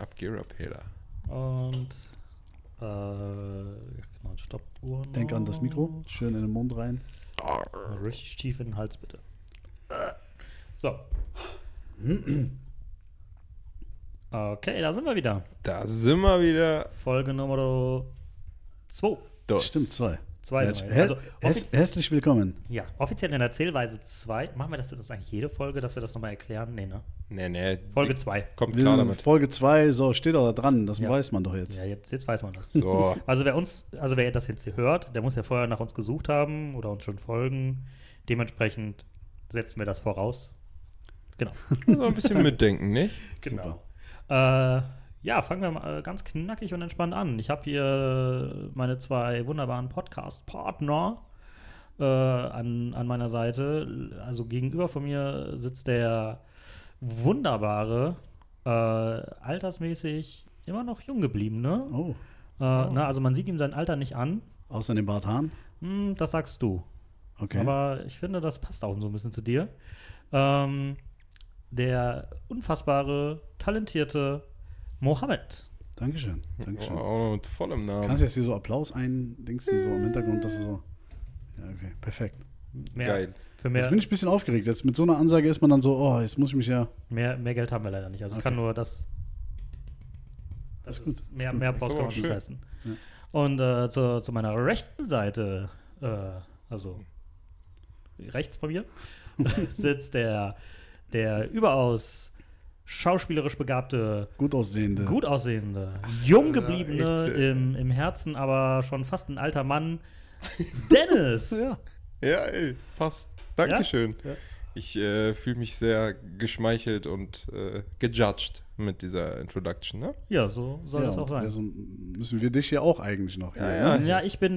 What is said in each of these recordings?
Up Gear Up, Peter. Und genau, Stoppuhr. Denk an das Mikro, schön in den Mund rein. Richtig tief in den Hals, bitte. So. Okay, da sind wir wieder. Da sind wir wieder. Folge Nummer 2. Stimmt, 2. Also, herzlich willkommen. ja, offiziell in der Zählweise 2. Machen wir das eigentlich jede Folge, dass wir das nochmal erklären? Nee, ne? Nee. Folge 2. Kommt Wir klar sind damit. Folge 2, so steht da dran, das Ja. weiß man doch jetzt. Ja, jetzt weiß man das. So. Also wer das jetzt hier hört, der muss ja vorher nach uns gesucht haben oder uns schon folgen. Dementsprechend setzen wir das voraus. Genau. So ein bisschen mitdenken, nicht? Genau. Ja, fangen wir mal ganz knackig und entspannt an. Ich habe hier meine 2 wunderbaren Podcast-Partner an meiner Seite. Also gegenüber von mir sitzt der wunderbare, altersmäßig immer noch jung gebliebene. Oh, Also man sieht ihm sein Alter nicht an. außer dem Barthahn? Das sagst du. Okay. Aber ich finde, das passt auch so ein bisschen zu dir. Der unfassbare, talentierte Mohammed. Dankeschön. Oh, mit vollem Namen. Kannst du jetzt hier so Applaus eindingsen, so im Hintergrund, dass du so. Ja, okay, perfekt. Geil. Für mehr, Jetzt bin ich ein bisschen aufgeregt. Jetzt mit so einer Ansage ist man dann so, oh, jetzt muss ich mich ja. mehr Geld haben wir leider nicht. Also ich Okay. kann nur das. Das ist gut. Mehr Applaus Ist kann aber man nicht schön. leisten. Ja. Und zu meiner rechten Seite, also rechts von mir, sitzt der überaus schauspielerisch begabte, Gut aussehende. gut aussehende, jung gebliebene, Leute. im Herzen aber schon fast ein alter Mann, Dennis. Ja. Ja, ey, passt. Dankeschön. Ja. Ich fühle mich sehr geschmeichelt und gejudged mit dieser Introduction, ne? Ja, so soll es auch und sein. Also müssen wir dich ja auch eigentlich noch. hier, Ja. ne? Ja, ich bin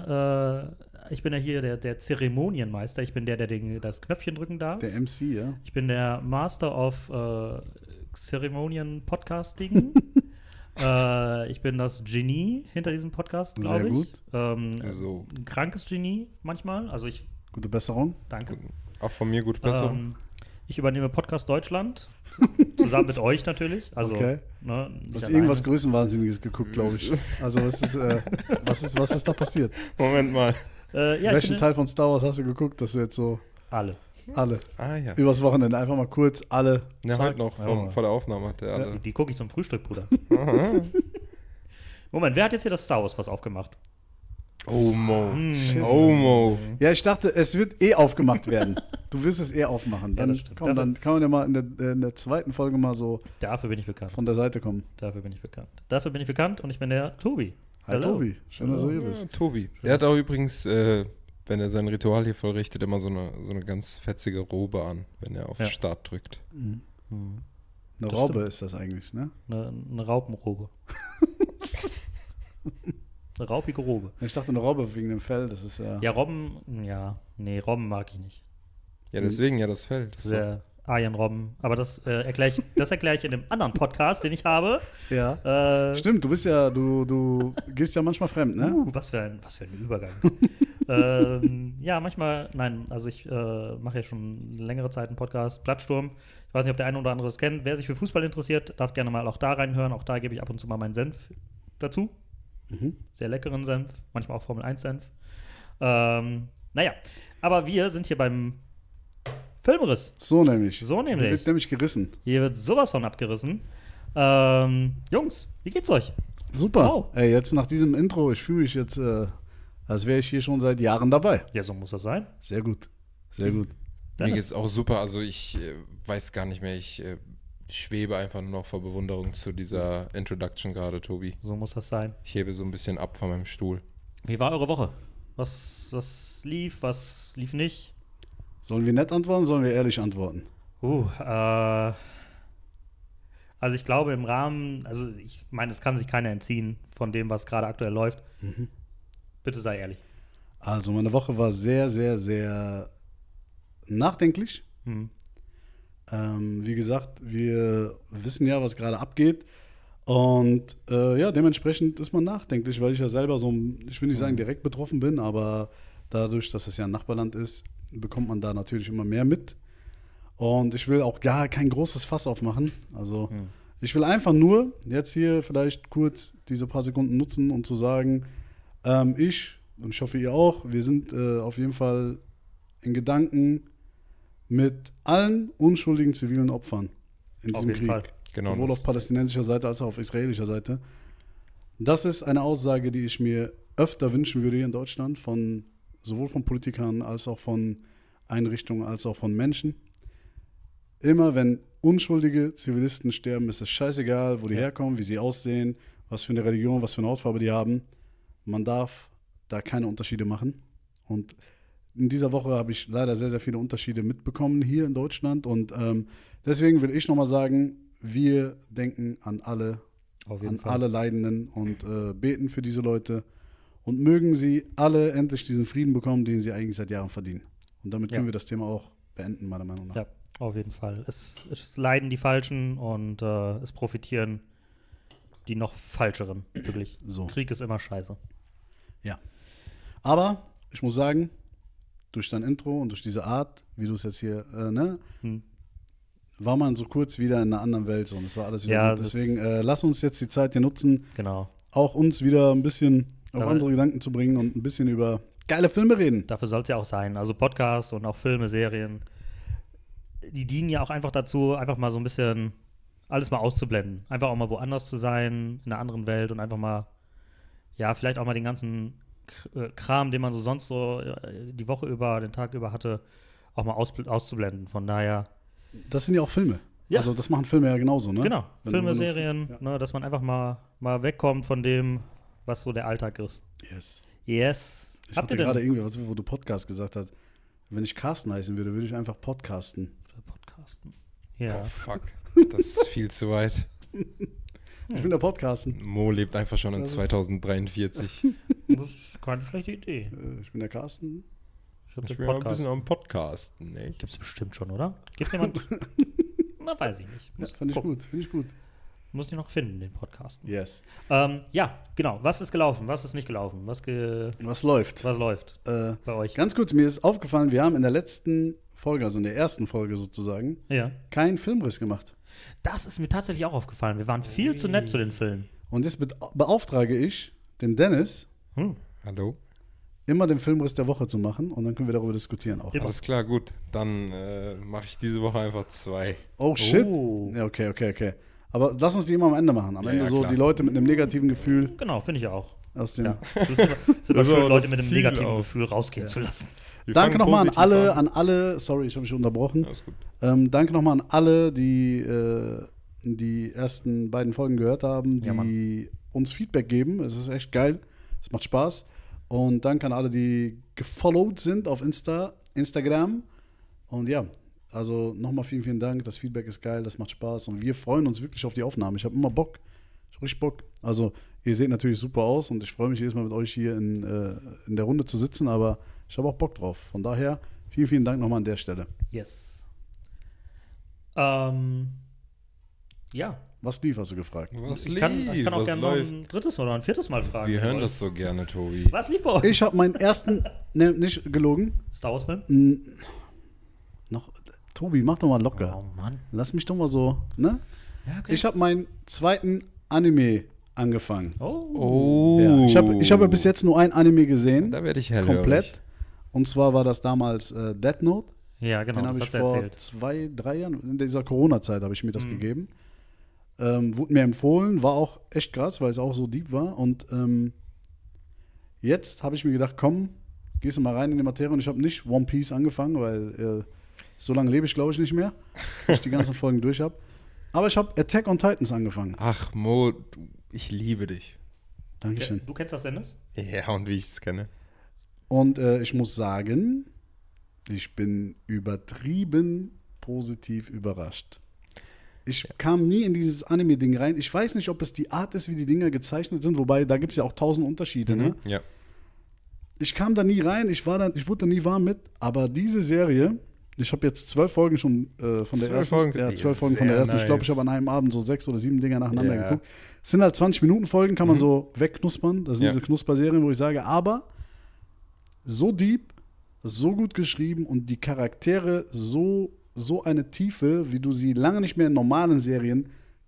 hier der Zeremonienmeister. Ich bin der das Knöpfchen drücken darf. Der MC, ja. Ich bin der Master of Zeremonien-Podcasting. Ich bin das Genie hinter diesem Podcast, glaube Sehr ich. gut. So. Ein krankes Genie manchmal. Also ich Gute Besserung. danke. Auch von mir gute Besserung. Ich übernehme Podcast Deutschland. Zusammen mit euch natürlich. Also, Okay. ne, Du nicht hast alleine. irgendwas Größenwahnsinniges geguckt, glaube ich. Also was ist da passiert? Moment mal. Ja, ich Welchen bin Teil von Star Wars hast du geguckt, dass du jetzt so alle. alle Ah ja. übers Wochenende einfach mal kurz alle Ja, zack. heute noch Ja. vor der Aufnahme hat der alle. Die gucke ich zum Frühstück, Bruder. Aha. Moment, wer hat jetzt hier das Star Wars was aufgemacht? Omo. Shit. Omo. Ja, ich dachte, es wird aufgemacht werden. Du wirst es aufmachen. Ja, Dann, das stimmt. komm, dann kann man ja mal in der zweiten Folge mal so Dafür bin ich bekannt. von der Seite kommen. Dafür bin ich bekannt und ich bin der Tobi. Hi Hallo. Tobi, schön, dass du hier Ja, bist. Tobi. Der hat auch übrigens, wenn er sein Ritual hier vollrichtet, immer so eine ganz fetzige Robe an, wenn er auf Ja. Start drückt. Mhm. Hm. Eine Das Raube stimmt. ist das eigentlich, ne? Eine Raupenrobe. Eine raupige Robe. Ich dachte eine Raube wegen dem Fell, das ist ja. Ja, Robben, Robben mag ich nicht. Ja, deswegen ja das Feld. So. Sehr Arjen-Robben. Aber das erkläre ich in einem anderen Podcast, den ich habe. Ja. Stimmt, du bist ja, du gehst ja manchmal fremd, ne? Was für ein Übergang. Ja, manchmal, nein, also ich mache ja schon längere Zeit einen Podcast, Blattsturm. Ich weiß nicht, ob der eine oder andere es kennt. Wer sich für Fußball interessiert, darf gerne mal auch da reinhören. Auch da gebe ich ab und zu mal meinen Senf dazu. Mhm. Sehr leckeren Senf, manchmal auch Formel-1-Senf. Naja, aber wir sind hier beim Filmriss. So nämlich. So nämlich. Hier wird nämlich gerissen. Hier wird sowas von abgerissen. Jungs, wie geht's euch? Super. Oh. Ey, jetzt nach diesem Intro, ich fühle mich jetzt, als wäre ich hier schon seit Jahren dabei. Ja, so muss das sein. Sehr gut. Sehr gut. Mir Dennis? geht's auch super. Also ich weiß gar nicht mehr, ich schwebe einfach nur noch vor Bewunderung zu dieser Introduction gerade, Tobi. So muss das sein. Ich hebe so ein bisschen ab von meinem Stuhl. Wie war eure Woche? Was lief, was lief nicht? Sollen wir nett antworten, sollen wir ehrlich antworten? Also ich glaube im Rahmen, also ich meine, es kann sich keiner entziehen von dem, was gerade aktuell läuft. Bitte sei ehrlich. Also meine Woche war sehr, sehr, sehr nachdenklich. Hm. Wie gesagt, wir wissen ja, was gerade abgeht. Und ja, dementsprechend ist man nachdenklich, weil ich ja selber so, ich will nicht sagen, direkt betroffen bin, aber dadurch, dass es ja ein Nachbarland ist, bekommt man da natürlich immer mehr mit. Und ich will auch gar kein großes Fass aufmachen. Also Ich will einfach nur jetzt hier vielleicht kurz diese paar Sekunden nutzen, um zu sagen, und ich hoffe ihr auch, wir sind auf jeden Fall in Gedanken mit allen unschuldigen zivilen Opfern in Auf diesem jeden Krieg. Fall. Genau Sowohl das. auf palästinensischer Seite als auch auf israelischer Seite. Das ist eine Aussage, die ich mir öfter wünschen würde hier in Deutschland, sowohl von Politikern als auch von Einrichtungen, als auch von Menschen. Immer wenn unschuldige Zivilisten sterben, ist es scheißegal, wo die herkommen, wie sie aussehen, was für eine Religion, was für eine Hautfarbe die haben. Man darf da keine Unterschiede machen. Und in dieser Woche habe ich leider sehr, sehr viele Unterschiede mitbekommen hier in Deutschland. Und deswegen will ich nochmal sagen, wir denken an alle, Auf jeden an Fall. alle Leidenden und beten für diese Leute. Und mögen sie alle endlich diesen Frieden bekommen, den sie eigentlich seit Jahren verdienen. Und damit können wir das Thema auch beenden, meiner Meinung nach. Ja, auf jeden Fall. Es leiden die Falschen und es profitieren die noch Falscheren. Wirklich. So. Krieg ist immer scheiße. Ja. Aber ich muss sagen, durch dein Intro und durch diese Art, wie du es jetzt hier, war man so kurz wieder in einer anderen Welt. So. Und es war alles wieder Ja, gut. das Deswegen lass uns jetzt die Zeit hier nutzen, Genau. auch uns wieder ein bisschen auf Aber- andere Gedanken zu bringen und ein bisschen über geile Filme reden. Dafür soll es ja auch sein. Also Podcast und auch Filme, Serien, die dienen ja auch einfach dazu, einfach mal so ein bisschen alles mal auszublenden. Einfach auch mal woanders zu sein, in einer anderen Welt und einfach mal, ja, vielleicht auch mal den ganzen Kram, den man so sonst so die Woche über, den Tag über hatte, auch mal auszublenden. Von daher, Das sind ja auch Filme. Ja. Also das machen Filme ja genauso, ne? genau, Wenn Filme, du- Serien, ja. ne, dass man einfach mal wegkommt von dem, was so der Alltag ist. Yes. Yes. Ich Habt hatte ihr gerade denn irgendwie, wo du Podcast gesagt hast, wenn ich Carsten heißen würde, würde ich einfach podcasten. für Podcasten? Ja. Oh, fuck. Das ist viel zu weit. Ich bin der Podcasten. Mo lebt einfach schon in Das ist- 2043. Das ist keine schlechte Idee. Ich bin der Carsten. Ich hab Ich den bin mal ein Podcast. bisschen am Podcasten, ne? Gibt's bestimmt schon, oder? Gibt's jemand? Na, weiß ich nicht. Ja, fand ich gucken. gut, finde ich gut. Muss ich noch finden, den Podcast. Yes. Ja, genau. Was ist gelaufen? Was ist nicht gelaufen? Was Was läuft? läuft bei euch? Ganz kurz, mir ist aufgefallen, wir haben in der letzten Folge, also in der ersten Folge sozusagen, Ja. keinen Filmriss gemacht. Das ist mir tatsächlich auch aufgefallen. Wir waren viel zu nett zu den Filmen. Und jetzt beauftrage ich den Dennis, Hallo? immer den Filmriss der Woche zu machen und dann können wir darüber diskutieren auch. Immer. Alles klar, gut. Dann mache ich diese Woche einfach 2. Oh shit. Oh. Ja, okay. Aber lass uns die immer am Ende machen. Am Ja, Ende ja, so klar. die Leute mit einem negativen Gefühl Genau, finde ich auch. aus dem. Ja. Das ist immer Das ist schön, auch Leute das mit einem Ziel negativen auch. Gefühl rausgehen zu lassen. Danke nochmal an alle, sorry, ich habe mich unterbrochen. Alles gut. Danke nochmal an alle, die die ersten beiden Folgen gehört haben, Ja, die uns Feedback geben. Es ist echt geil. Es macht Spaß. Und danke an alle, die gefollowt sind auf Instagram. Und ja, also nochmal vielen, vielen Dank. Das Feedback ist geil, das macht Spaß. Und wir freuen uns wirklich auf die Aufnahme. Ich habe immer Bock. Ich habe richtig Bock. Also, ihr seht natürlich super aus und ich freue mich jedes Mal mit euch hier in der Runde zu sitzen, aber ich habe auch Bock drauf. Von daher, vielen, vielen Dank nochmal an der Stelle. Yes. Ja. Was lief, hast du gefragt? Was Ich kann auch was gerne noch läuft? ein drittes oder ein viertes Mal fragen. Wir wenn ihr hören wollt. das so gerne, Tobi. Was lief bei euch? Ich habe meinen ersten, ne, nicht gelogen, Star Wars-Film? noch, Tobi, mach doch mal locker. Oh Mann. Lass mich doch mal so, ne? Ja, okay. Ich habe meinen zweiten Anime angefangen. Oh. Ja, ich hab ja bis jetzt nur ein Anime gesehen, Da werde ich hellhörig. komplett. Und zwar war das damals Death Note. Ja, genau, Den habe das ich hat er vor erzählt. 2-3 Jahren, in dieser Corona-Zeit habe ich mir das Mhm. gegeben. Wurde mir empfohlen, war auch echt krass, weil es auch so deep war. Und jetzt habe ich mir gedacht, komm, gehst du mal rein in die Materie. Und ich habe nicht One Piece angefangen, weil so lange lebe ich, glaube ich, nicht mehr, bis ich die ganzen Folgen durch habe. Aber ich habe Attack on Titans angefangen. Ach, Mo, ich liebe dich. Dankeschön. Du kennst das, Dennis? Ja, und wie ich es kenne. Und ich muss sagen, ich bin übertrieben positiv überrascht. Ich kam nie in dieses Anime-Ding rein. Ich weiß nicht, ob es die Art ist, wie die Dinger gezeichnet sind, wobei da gibt es ja auch 1000 Unterschiede. Ne? Ja. Ich kam da nie rein, ich wurde da nie warm mit, aber diese Serie, ich habe jetzt 12 Folgen schon von der 12 ersten. Folgen? Ja, 12 Folgen von der Sehr ersten. Ich glaube, ich nice. habe an einem Abend so 6 oder 7 Dinger nacheinander Ja. geguckt. Es sind halt 20-Minuten-Folgen, kann man so wegknuspern. Das sind Ja. diese Knusperserien, wo ich sage, aber so deep, so gut geschrieben und die Charaktere so eine Tiefe, wie du sie lange nicht mehr in normalen Serien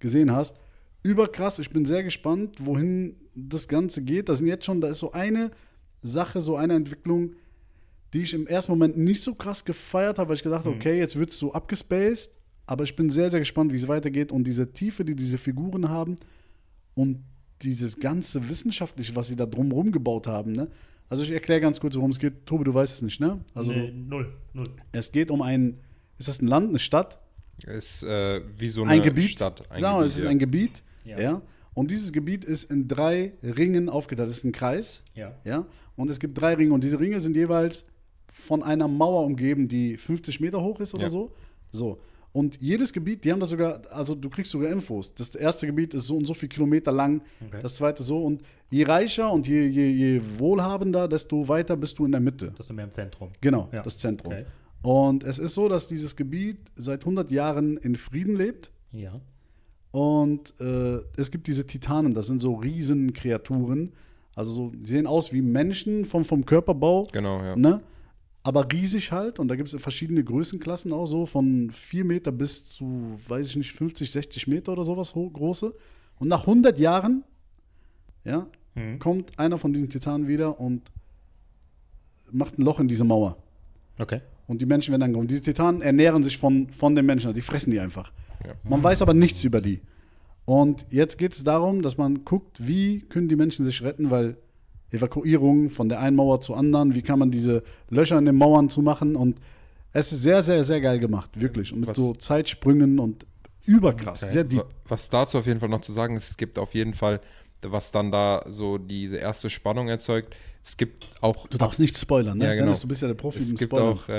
gesehen hast. Überkrass, ich bin sehr gespannt, wohin das Ganze geht. Da ist so eine Sache, so eine Entwicklung, die ich im ersten Moment nicht so krass gefeiert habe, weil ich gedacht habe, okay, jetzt wird es so abgespaced, aber ich bin sehr, sehr gespannt, wie es weitergeht und diese Tiefe, die diese Figuren haben und dieses ganze Wissenschaftliche, was sie da drumherum gebaut haben, ne? Also ich erkläre ganz kurz, worum es geht. Tobi, du weißt es nicht, ne? Also Nee, null. es geht um ist das ein Land, eine Stadt? Ist wie so Ein eine Gebiet. Stadt. Sagen wir, es ist ein Gebiet, Ja. ja. Und dieses Gebiet ist in 3 Ringen aufgeteilt. Das ist ein Kreis, Ja. ja. Und es gibt 3 Ringe und diese Ringe sind jeweils von einer Mauer umgeben, die 50 Meter hoch ist oder Ja. so. So. Und jedes Gebiet, die haben da sogar, also du kriegst sogar Infos. Das erste Gebiet ist so und so viel Kilometer lang, Okay. das zweite so. Und je reicher und je wohlhabender, desto weiter bist du in der Mitte. Das ist mehr im Zentrum. Genau, Ja. das Zentrum. Okay. Und es ist so, dass dieses Gebiet seit 100 Jahren in Frieden lebt. Ja. Und es gibt diese Titanen, das sind so Riesenkreaturen. Also so, die sehen aus wie Menschen vom Körperbau. Genau, ja. Ne? Aber riesig halt. Und da gibt es verschiedene Größenklassen auch so, von 4 Meter bis zu, weiß ich nicht, 50, 60 Meter oder sowas große. Und nach 100 Jahren, ja, kommt einer von diesen Titanen wieder und macht ein Loch in diese Mauer. Okay. Und die Menschen werden angegriffen. Diese Titanen ernähren sich von den Menschen, die fressen die einfach. Ja. Man weiß aber nichts über die. Und jetzt geht es darum, dass man guckt, wie können die Menschen sich retten, weil Evakuierung von der einen Mauer zur anderen, wie kann man diese Löcher in den Mauern zumachen. Und es ist sehr, sehr, sehr geil gemacht, wirklich. Und mit Was- so Zeitsprüngen und überkrass, Okay. sehr deep. Was dazu auf jeden Fall noch zu sagen ist, es gibt auf jeden Fall, was dann da so diese erste Spannung erzeugt, es gibt auch Du darfst nicht spoilern, ne? Ja, genau. Dennis, du bist ja der Profi Es im gibt Spoilern. auch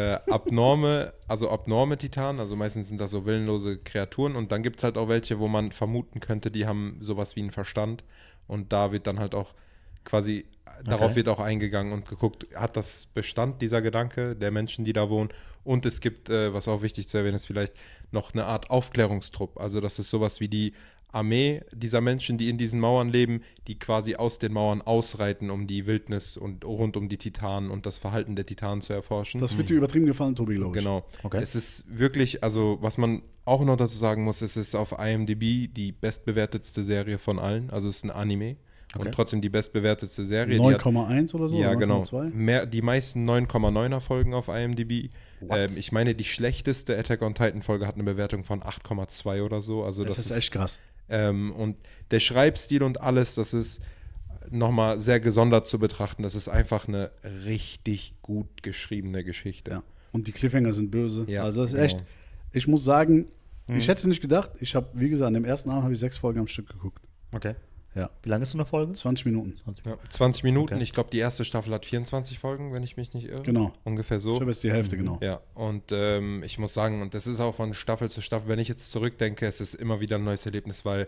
abnorme Titanen, also meistens sind das so willenlose Kreaturen und dann gibt es halt auch welche, wo man vermuten könnte, die haben sowas wie einen Verstand und da wird dann halt auch quasi, darauf wird auch eingegangen und geguckt, hat das Bestand, dieser Gedanke der Menschen, die da wohnen und es gibt, was auch wichtig zu erwähnen ist, vielleicht noch eine Art Aufklärungstrupp, also das ist sowas wie die Armee dieser Menschen, die in diesen Mauern leben, die quasi aus den Mauern ausreiten, um die Wildnis und rund um die Titanen und das Verhalten der Titanen zu erforschen. Das wird dir übertrieben gefallen, Tobi, glaube ich. Genau. Okay. Es ist wirklich, also was man auch noch dazu sagen muss, es ist auf IMDb die bestbewertetste Serie von allen. Also es ist ein Anime Okay. und trotzdem die bestbewertetste Serie. Die hat- 9,1 oder so? ja, oder genau. 9,2? Die meisten 9,9er Folgen auf IMDb. What? Ich meine, die schlechteste Attack on Titan Folge hat eine Bewertung von 8,2 oder so. Also Das ist echt krass. und der Schreibstil und alles, das ist nochmal sehr gesondert zu betrachten. Das ist einfach eine richtig gut geschriebene Geschichte. Ja. Und die Cliffhanger sind böse. Ja, also das ist genau. echt, ich muss sagen, ich hätte es nicht gedacht. Ich habe, wie gesagt, an dem ersten Abend habe ich 6 Folgen am Stück geguckt. Okay. Ja, Wie lange ist so eine Folge? 20 Minuten. 20. Ja, 20 Minuten. Okay. Ich glaube, die erste Staffel hat 24 Folgen, wenn ich mich nicht irre. Genau. Ungefähr Ich so. habe jetzt die Hälfte, genau. Ja, und ich muss sagen, und das ist auch von Staffel zu Staffel, wenn ich jetzt zurückdenke, es ist immer wieder ein neues Erlebnis, weil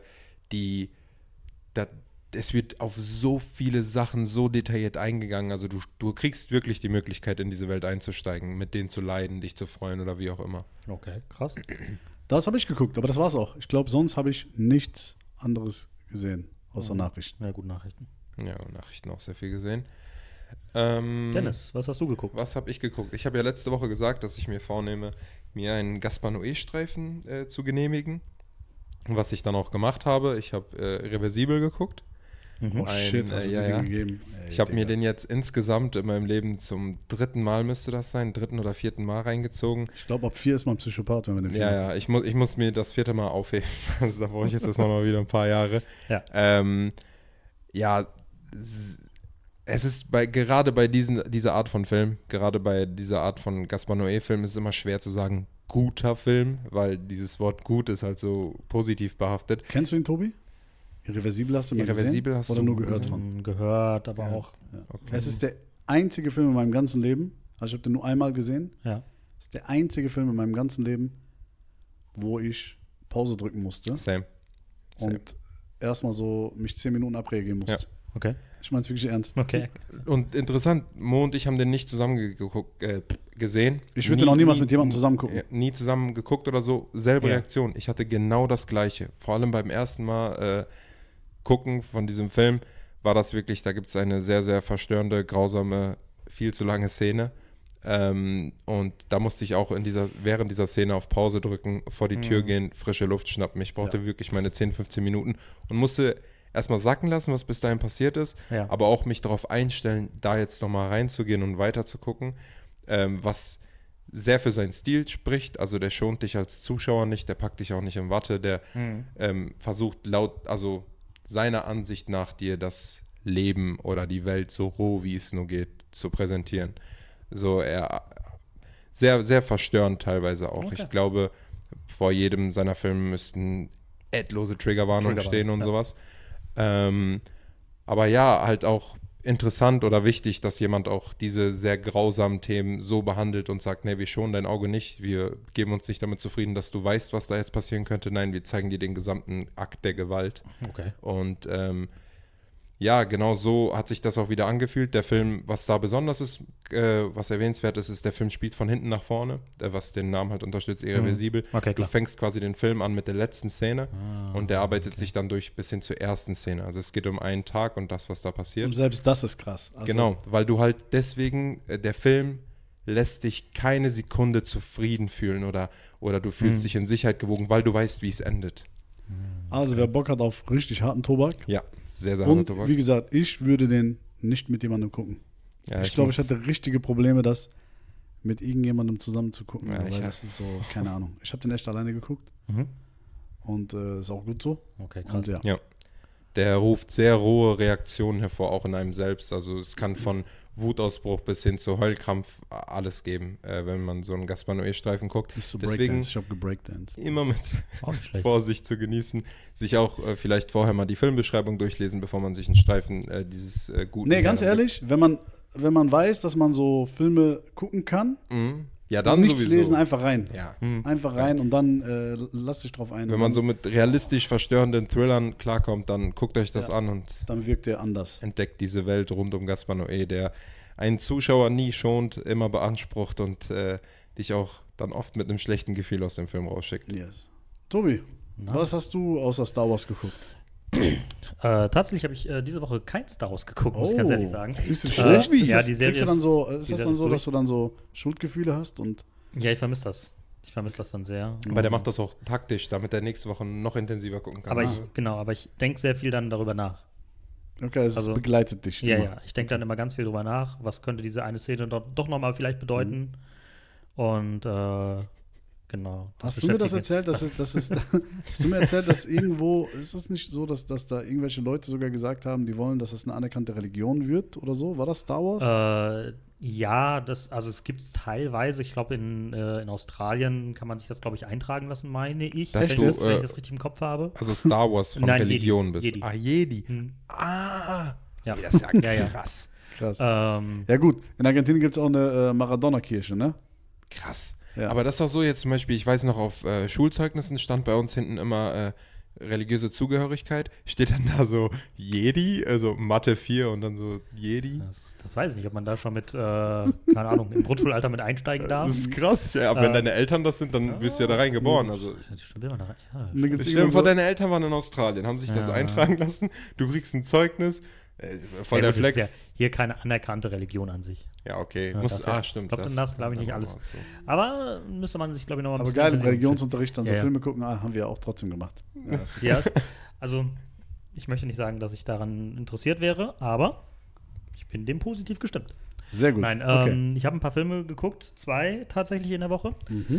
es wird auf so viele Sachen so detailliert eingegangen. Also du kriegst wirklich die Möglichkeit, in diese Welt einzusteigen, mit denen zu leiden, dich zu freuen oder wie auch immer. Okay, krass. Das habe ich geguckt, aber das war's auch. Ich glaube, sonst habe ich nichts anderes gesehen, außer Nachrichten. Ja, gute Nachrichten. Ja, Nachrichten auch sehr viel gesehen. Dennis, was hast du geguckt? Was habe ich geguckt? Ich habe ja letzte Woche gesagt, dass ich mir vornehme, mir einen Gaspar Noé-Streifen zu genehmigen. Was ich dann auch gemacht habe. Ich habe Reversibel geguckt. Oh shit, hast du dir den gegeben? Ey, Ich habe mir Digga. den jetzt insgesamt in meinem Leben zum 3. Mal, müsste das sein, 3. oder 4. Mal reingezogen. Ich glaube, ab 4 ist man Psychopath, wenn man den Ja, Film ja, ich muss mir das 4. Mal aufheben. Also da brauche ich jetzt erstmal mal wieder ein paar Jahre. Ja. Es ist gerade bei dieser Art von Film, gerade bei dieser Art von Gaspar Noé-Film, ist es immer schwer zu sagen, guter Film, weil dieses Wort gut ist halt so positiv behaftet. Kennst du ihn, Tobi? Irreversibel hast du mal Irreversibel gesehen? hast Oder du nur gehört gesehen? von? Gehört, aber Ja. auch. Es ist der einzige Film in meinem ganzen Leben, also ich habe den nur einmal gesehen, Ja. es ist der einzige Film in meinem ganzen Leben, wo ich Pause drücken musste Same. und erstmal so mich 10 Minuten abreagieren musste. Ja. Okay. Ich meine es wirklich ernst. Okay. Und interessant, Mo und ich haben den nicht zusammen gesehen. Ich würde den auch niemals mit jemandem zusammen gucken. Ja, nie zusammen geguckt oder so. Selbe Ja. Reaktion. Ich hatte genau das Gleiche. Vor allem beim ersten Mal gucken von diesem Film war das wirklich, da gibt es eine sehr, sehr verstörende, grausame, viel zu lange Szene. Und da musste ich auch während dieser Szene auf Pause drücken, vor die Tür gehen, frische Luft schnappen. Ich brauchte wirklich meine 10, 15 Minuten und musste erstmal sacken lassen, was bis dahin passiert ist, aber auch mich darauf einstellen, da jetzt nochmal reinzugehen und weiter zu gucken, was sehr für seinen Stil spricht. Also der schont dich als Zuschauer nicht, der packt dich auch nicht in Watte, der versucht also seiner Ansicht nach dir das Leben oder die Welt so roh, wie es nur geht, zu präsentieren. So sehr, sehr verstörend teilweise auch. Ich glaube, vor jedem seiner Filme müssten ettlose Triggerwarnungen stehen und sowas. Aber ja, halt auch interessant oder wichtig, dass jemand auch diese sehr grausamen Themen so behandelt und sagt, nee, wir schonen dein Auge nicht, wir geben uns nicht damit zufrieden, dass du weißt, was da jetzt passieren könnte. Nein, wir zeigen dir den gesamten Akt der Gewalt. Okay. Und ja, genau so hat sich das auch wieder angefühlt. Der Film, was da besonders ist, was erwähnenswert ist, der Film spielt von hinten nach vorne, was den Namen halt unterstützt, irreversibel. Okay, du fängst quasi den Film an mit der letzten Szene und der arbeitet sich dann durch bis hin zur ersten Szene. Also es geht um einen Tag und das, was da passiert. Und selbst das ist krass. Also Genau, weil du halt deswegen, der Film lässt dich keine Sekunde zufrieden fühlen oder du fühlst dich in Sicherheit gewogen, weil du weißt, wie es endet. Also wer Bock hat auf richtig harten Tobak. Ja, sehr, sehr harter Und Tobak. wie gesagt, ich würde den nicht mit jemandem gucken. Ja, ich glaube, ich hatte richtige Probleme, das mit irgendjemandem zusammen zu gucken. Ja, weil das ist so, keine Ahnung. Ich habe den echt alleine geguckt. Und ist auch gut so. Okay, krass. Und Ja. Der ruft sehr rohe Reaktionen hervor, auch in einem selbst. Also es kann von Wutausbruch bis hin zu Heulkrampf alles geben, wenn man so einen Gaspar Noé-Streifen guckt. Bis zu Deswegen Breakdance. Ich habe gebreakdanced. immer mit Auch nicht schlecht. Vorsicht zu genießen. Sich auch vielleicht vorher mal die Filmbeschreibung durchlesen, bevor man sich einen Streifen dieses guten... Nee, ganz ehrlich, wenn man weiß, dass man so Filme gucken kann, Ja, dann und nichts sowieso. lesen, einfach rein. Ja. Einfach rein und dann lass dich drauf ein. Wenn man so mit realistisch verstörenden Thrillern klarkommt, dann guckt euch das an und dann wirkt der anders. entdeckt diese Welt rund um Gaspar Noé, der einen Zuschauer nie schont, immer beansprucht und dich auch dann oft mit einem schlechten Gefühl aus dem Film rausschickt. Yes. Tobi, was hast du außer Star Wars geguckt? Tatsächlich habe ich diese Woche kein Star Wars geguckt, muss ich ganz ehrlich sagen. Fühlst du dich schlecht? Ja, die Serie ist das dann so, die ist das Serie dann ist so, dass durch. du dann so Schuldgefühle hast? Und Ja, ich vermisse das. Ich vermisse das dann sehr. Aber der macht das auch taktisch, damit er nächste Woche noch intensiver gucken kann. Aber ich denke sehr viel dann darüber nach. okay, es Also- begleitet dich. Ja, immer. ja. Ich denke dann immer ganz viel drüber nach. Was könnte diese eine Szene doch nochmal vielleicht bedeuten? Und genau. Hast du mir das erzählt? Hast du mir erzählt, dass irgendwo, ist das nicht so, dass da irgendwelche Leute sogar gesagt haben, die wollen, dass das eine anerkannte Religion wird oder so? War das Star Wars? Ja, also es gibt es teilweise. Ich glaube, in Australien kann man sich das, glaube ich, eintragen lassen, meine ich, Dass wenn du, ich das richtig im Kopf habe. Also Star Wars von Nein, Religion Jedi. bist. Jedi. Ah, Jedi. Hm. Ah, Ja. das ist ja Ja, ja. krass. Krass. Ähm, Ja gut, in Argentinien gibt es auch eine Maradona-Kirche, ne? Krass. Ja. Aber das ist auch so jetzt zum Beispiel, ich weiß noch, auf Schulzeugnissen stand bei uns hinten immer religiöse Zugehörigkeit. Steht dann da so Jedi, also Mathe 4 und dann so Jedi. das weiß ich nicht, ob man da schon mit, keine Ahnung, im Grundschulalter mit einsteigen darf. Das ist krass. Ja, aber wenn deine Eltern das sind, dann wirst du ja da rein geboren. Also Stimmt, will man da rein? Ja, Und dann gibt's stell dir vor, irgendwann deine Eltern waren in Australien, haben sich das Ja. eintragen lassen. Du kriegst ein Zeugnis. Voll der gut, das Flex. ist ja hier keine anerkannte Religion an sich. Ja, okay. Ja, Muss, darfst ja- stimmt. ich glaub, dann darfst du, glaub ich, nicht alles. So. Aber müsste man sich, glaube ich, noch mal ein aber bisschen geil, im intensiver- Religionsunterricht dann so Ja, ja. Filme gucken, haben wir auch trotzdem gemacht. Ja, ist- Ja, also ich möchte nicht sagen, dass ich daran interessiert wäre, aber ich bin dem positiv gestimmt. Sehr gut. Nein, okay. ich habe ein paar Filme geguckt, 2 tatsächlich in der Woche.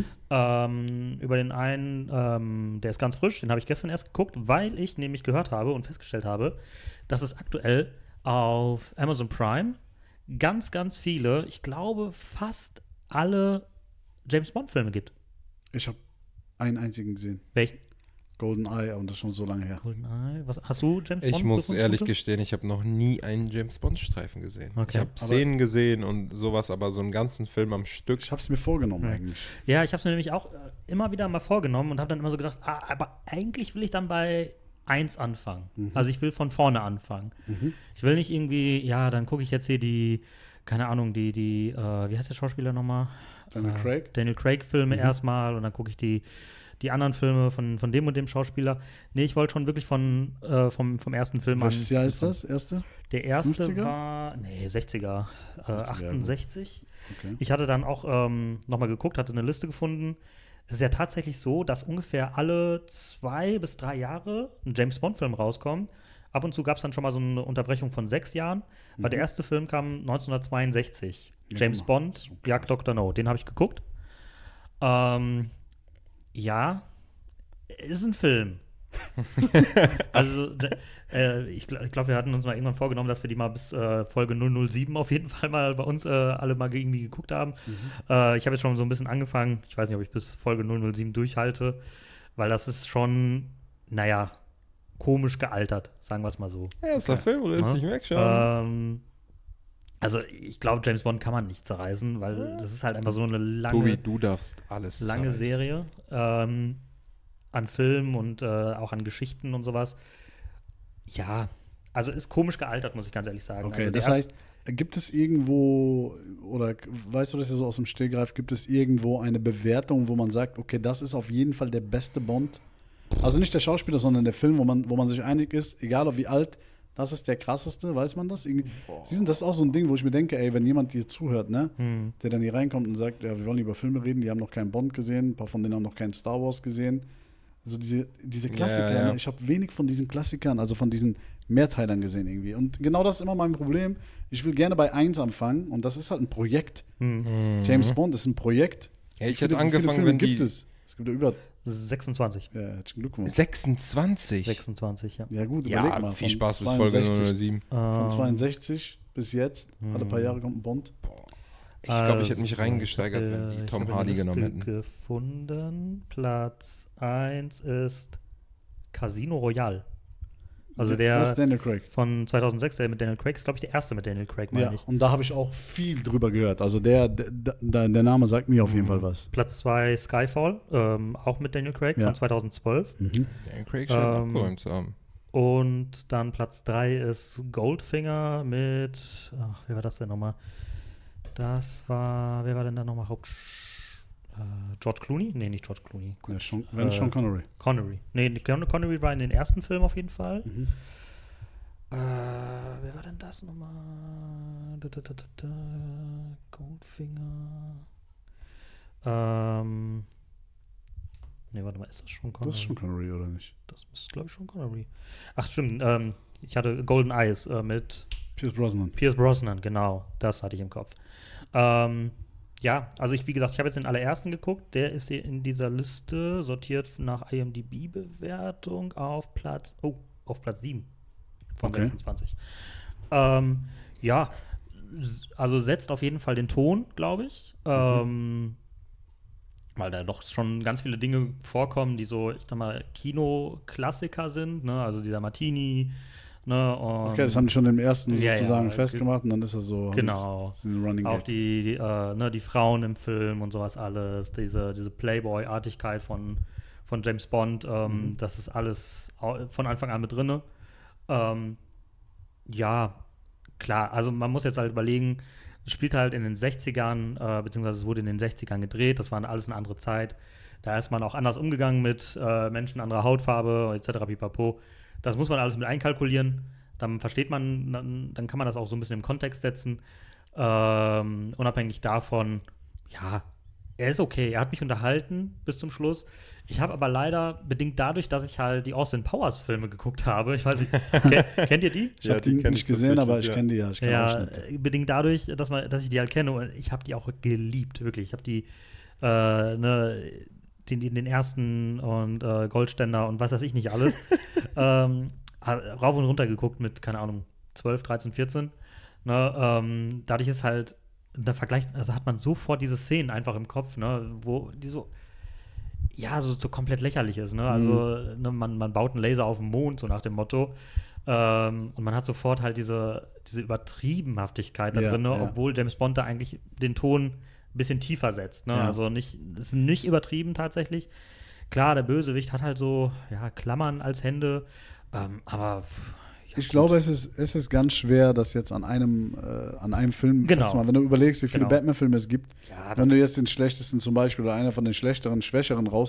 Über den einen, der ist ganz frisch, den habe ich gestern erst geguckt, weil ich nämlich gehört habe und festgestellt habe, dass es aktuell auf Amazon Prime ganz, ganz viele, ich glaube fast alle James Bond-Filme gibt. Ich habe einen einzigen gesehen. Welchen? GoldenEye, aber das ist schon so lange her. GoldenEye. Was, hast du James Bond? Ich muss gefunden, ehrlich Ute? gestehen, ich habe noch nie einen James Bond-Streifen gesehen. Okay. Ich habe Szenen gesehen und sowas, aber so einen ganzen Film am Stück. Ich habe es mir vorgenommen Ja. eigentlich. Ja, ich habe es mir nämlich auch immer wieder mal vorgenommen und habe dann immer so gedacht, aber eigentlich will ich dann bei 1 anfangen. Also ich will von vorne anfangen. Ich will nicht irgendwie, ja, dann gucke ich jetzt hier die, keine Ahnung, wie heißt der Schauspieler nochmal? Daniel Craig? Daniel Craig-Filme erstmal und dann gucke ich die die anderen Filme von dem und dem Schauspieler. Nee, ich wollte schon wirklich vom ersten Film an. Welches Jahr ist das erste? Der erste 50er? war, 60er, 68. Okay. Ich hatte dann auch nochmal geguckt, hatte eine Liste gefunden. Es ist ja tatsächlich so, dass ungefähr alle 2 bis 3 Jahre ein James-Bond-Film rauskommt. Ab und zu gab es dann schon mal so eine Unterbrechung von 6 Jahren. Weil der erste Film kam 1962. Ja, James guck mal, Bond, so krass. Jagd Dr. No. Den habe ich geguckt. Ja, ist ein Film. Also, ich glaube, wir hatten uns mal irgendwann vorgenommen, dass wir die mal bis Folge 007 auf jeden Fall mal bei uns alle mal irgendwie geguckt haben. Ich habe jetzt schon so ein bisschen angefangen. Ich weiß nicht, ob ich bis Folge 007 durchhalte, weil das ist schon, naja, komisch gealtert, sagen wir es mal so. Ja, ist doch Filmriss, Ja. ich merke schon. Also, ich glaube, James Bond kann man nicht zerreißen, weil das ist halt einfach so eine Tobi, du darfst alles lange zerreißen. Serie an Filmen und auch an Geschichten und sowas. Ja, also ist komisch gealtert, muss ich ganz ehrlich sagen. Okay, also das heißt, gibt es irgendwo, oder weißt du das ja so aus dem Stehgreif, gibt es irgendwo eine Bewertung, wo man sagt, okay, das ist auf jeden Fall der beste Bond? Also nicht der Schauspieler, sondern der Film, wo man sich einig ist, egal ob wie alt, das ist der krasseste, weiß man das? Das ist auch so ein Ding, wo ich mir denke, ey, wenn jemand hier zuhört, ne, der dann hier reinkommt und sagt, ja, wir wollen über Filme reden, die haben noch keinen Bond gesehen, ein paar von denen haben noch keinen Star Wars gesehen. Also diese Klassiker, Ja. Ne? Ich habe wenig von diesen Klassikern, also von diesen Mehrteilern gesehen irgendwie. Und genau das ist immer mein Problem. Ich will gerne bei 1 anfangen und das ist halt ein Projekt. James Bond ist ein Projekt. Ja, ich Wie hätte viele angefangen, Filme wenn gibt die es? Es gibt ja über 26. ja, herzlichen Glückwunsch. 26. 26, ja. Ja gut, überleg mal. viel von Spaß bis Folge 62 007. Von 62 bis jetzt, alle paar Jahre kommt ein Bond. Ich glaube, ich hätte mich Also, reingesteigert, ich wenn habe- die ich Tom habe Hardy eine genommen Liste hätten. gefunden. Platz 1 ist Casino Royale. Also der Das ist Daniel Craig. von 2006, der mit Daniel Craig ist, glaube ich, der erste mit Daniel Craig, meine Ja, ich. und da habe ich auch viel drüber gehört. Also der Name sagt mir auf jeden Fall was. Platz 2 Skyfall, auch mit Daniel Craig Ja. von 2012. Dan Craig scheint abgeräumt zu haben. Und dann Platz 3 ist Goldfinger mit, ach, wer war das denn nochmal? Wer war denn da nochmal George Clooney? Nee, nicht George Clooney. Ja, Sean Connery. Connery. Nee, Connery war in den ersten Film auf jeden Fall. Wer war denn das nochmal? Goldfinger. Nee, warte mal, ist das schon Connery? Das ist Sean Connery, oder nicht? Das ist, glaube ich, schon Connery. Ach, stimmt. Ich hatte Golden Eyes mit Pierce Brosnan. Pierce Brosnan, genau. Das hatte ich im Kopf. Ja, also wie gesagt, ich habe jetzt den allerersten geguckt. Der ist hier in dieser Liste sortiert nach IMDb-Bewertung auf Platz 7 von Okay. 26. Ja, also setzt auf jeden Fall den Ton, glaube ich. Weil da doch schon ganz viele Dinge vorkommen, die so, ich sag mal, Kinoklassiker sind, ne? Also dieser Martini, ne? Und Okay, das haben die schon im ersten Ja, sozusagen ja, festgemacht und dann ist das so. Genau. Das ist ein Running auch Gag. die Frauen im Film und sowas alles, diese Playboy-Artigkeit von James Bond, das ist alles von Anfang an mit drinne. Ja, klar, also man muss jetzt halt überlegen, es spielt halt in den 60ern, beziehungsweise es wurde in den 60ern gedreht, das war alles eine andere Zeit. Da ist man auch anders umgegangen mit Menschen anderer Hautfarbe etc. pipapo. Das muss man alles mit einkalkulieren. Dann versteht man, dann kann man das auch so ein bisschen im Kontext setzen. Unabhängig davon, ja, er ist okay. Er hat mich unterhalten bis zum Schluss. Ich habe aber leider, bedingt dadurch, dass ich halt die Austin Powers Filme geguckt habe, ich weiß nicht, kennt ihr die? Ich habe die nicht gesehen, aber ich kenne die ja. Ich kenn Ja, Ausschnitte. bedingt dadurch, dass ich die halt kenne und ich habe die auch geliebt, wirklich. Ich habe die den ersten und Goldständer und was weiß ich nicht alles rauf und runter geguckt mit, keine Ahnung, 12, 13, 14. Ne, dadurch ist halt der Vergleich, also hat man sofort diese Szenen einfach im Kopf, ne, wo die so so komplett lächerlich ist, ne? Also ne, man baut einen Laser auf den Mond, so nach dem Motto. Und man hat sofort halt diese Übertriebenhaftigkeit da Ja, drin, ne? ja. Obwohl James Bond da eigentlich den Ton ein bisschen tiefer setzt. Ne? Ja. Also ist nicht übertrieben tatsächlich. Klar, der Bösewicht hat halt so Klammern als Hände, aber Ich glaube, es ist ganz schwer, das jetzt an einem Film Genau. festzumachen. Wenn du überlegst, wie viele Genau. Batman-Filme es gibt, Ja, wenn du jetzt den schlechtesten zum Beispiel oder einer von den schlechteren, schwächeren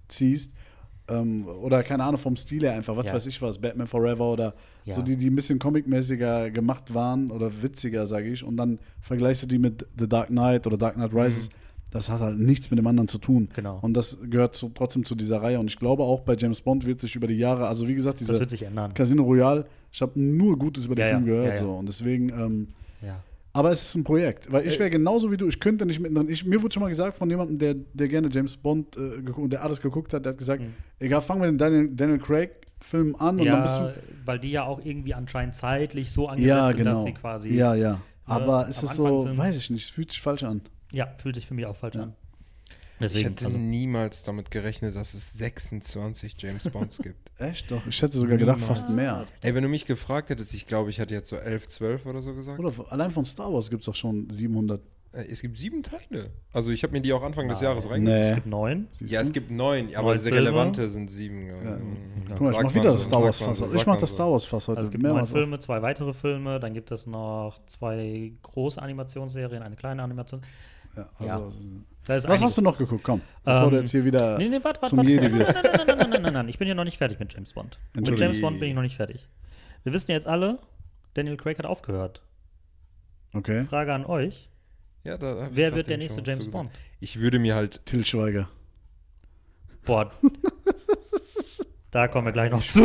ziehst, oder keine Ahnung, vom Stil her einfach, was weiß ich was, Batman Forever oder so die ein bisschen comicmäßiger gemacht waren oder witziger, sage ich, und dann vergleichst du die mit The Dark Knight oder Dark Knight Rises, das hat halt nichts mit dem anderen zu tun. Genau. Und das gehört trotzdem zu dieser Reihe. Und ich glaube auch bei James Bond wird sich über die Jahre, also wie gesagt, das wird sich ändern. Casino Royale, ich habe nur Gutes über den Film gehört. Ja. So. Und deswegen, Ja. aber es ist ein Projekt. Weil ich wäre genauso wie du, ich könnte nicht mittendrin. Mir wurde schon mal gesagt von jemandem, der gerne James Bond und der alles geguckt hat, der hat gesagt, egal, fangen wir den Daniel Craig-Film an und dann bist du. Weil die ja auch irgendwie anscheinend zeitlich so angesetzt sind, dass sie quasi. Ja. Aber es ist so, sind. weiß ich nicht, es fühlt sich falsch an. Ja, fühlt sich für mich auch falsch an. Deswegen, ich hätte niemals damit gerechnet, dass es 26 James Bonds gibt. Echt? Doch, ich hätte sogar gedacht, fast mehr. Ey, wenn du mich gefragt hättest, ich glaube, ich hätte jetzt so 11, 12 oder so gesagt. Oder allein von Star Wars gibt es doch schon 700. Es gibt 7 Teile. Also ich habe mir die auch Anfang des Jahres reingezogen. Es gibt 9. Ja, es gibt 9, aber sehr relevante sind 7. Guck mal, ich mach wieder das Star Wars-Fass. Ich mach das Star Wars-Fass heute. Also es gibt 9 Filme, 2 weitere Filme, dann gibt es noch 2 große Animationsserien, eine kleine Animation. Ja, also Was hast du noch geguckt? Komm, bevor du jetzt hier wieder zum Jedi wirst. Nein, ich bin ja noch nicht fertig mit James Bond. Mit James Bond bin ich noch nicht fertig. Wir wissen ja jetzt alle, Daniel Craig hat aufgehört. Okay. Frage an euch. Ja, wer wird der nächste James Bond? Ich würde mir halt Til Schweiger. Boah. Da kommen wir gleich noch zu.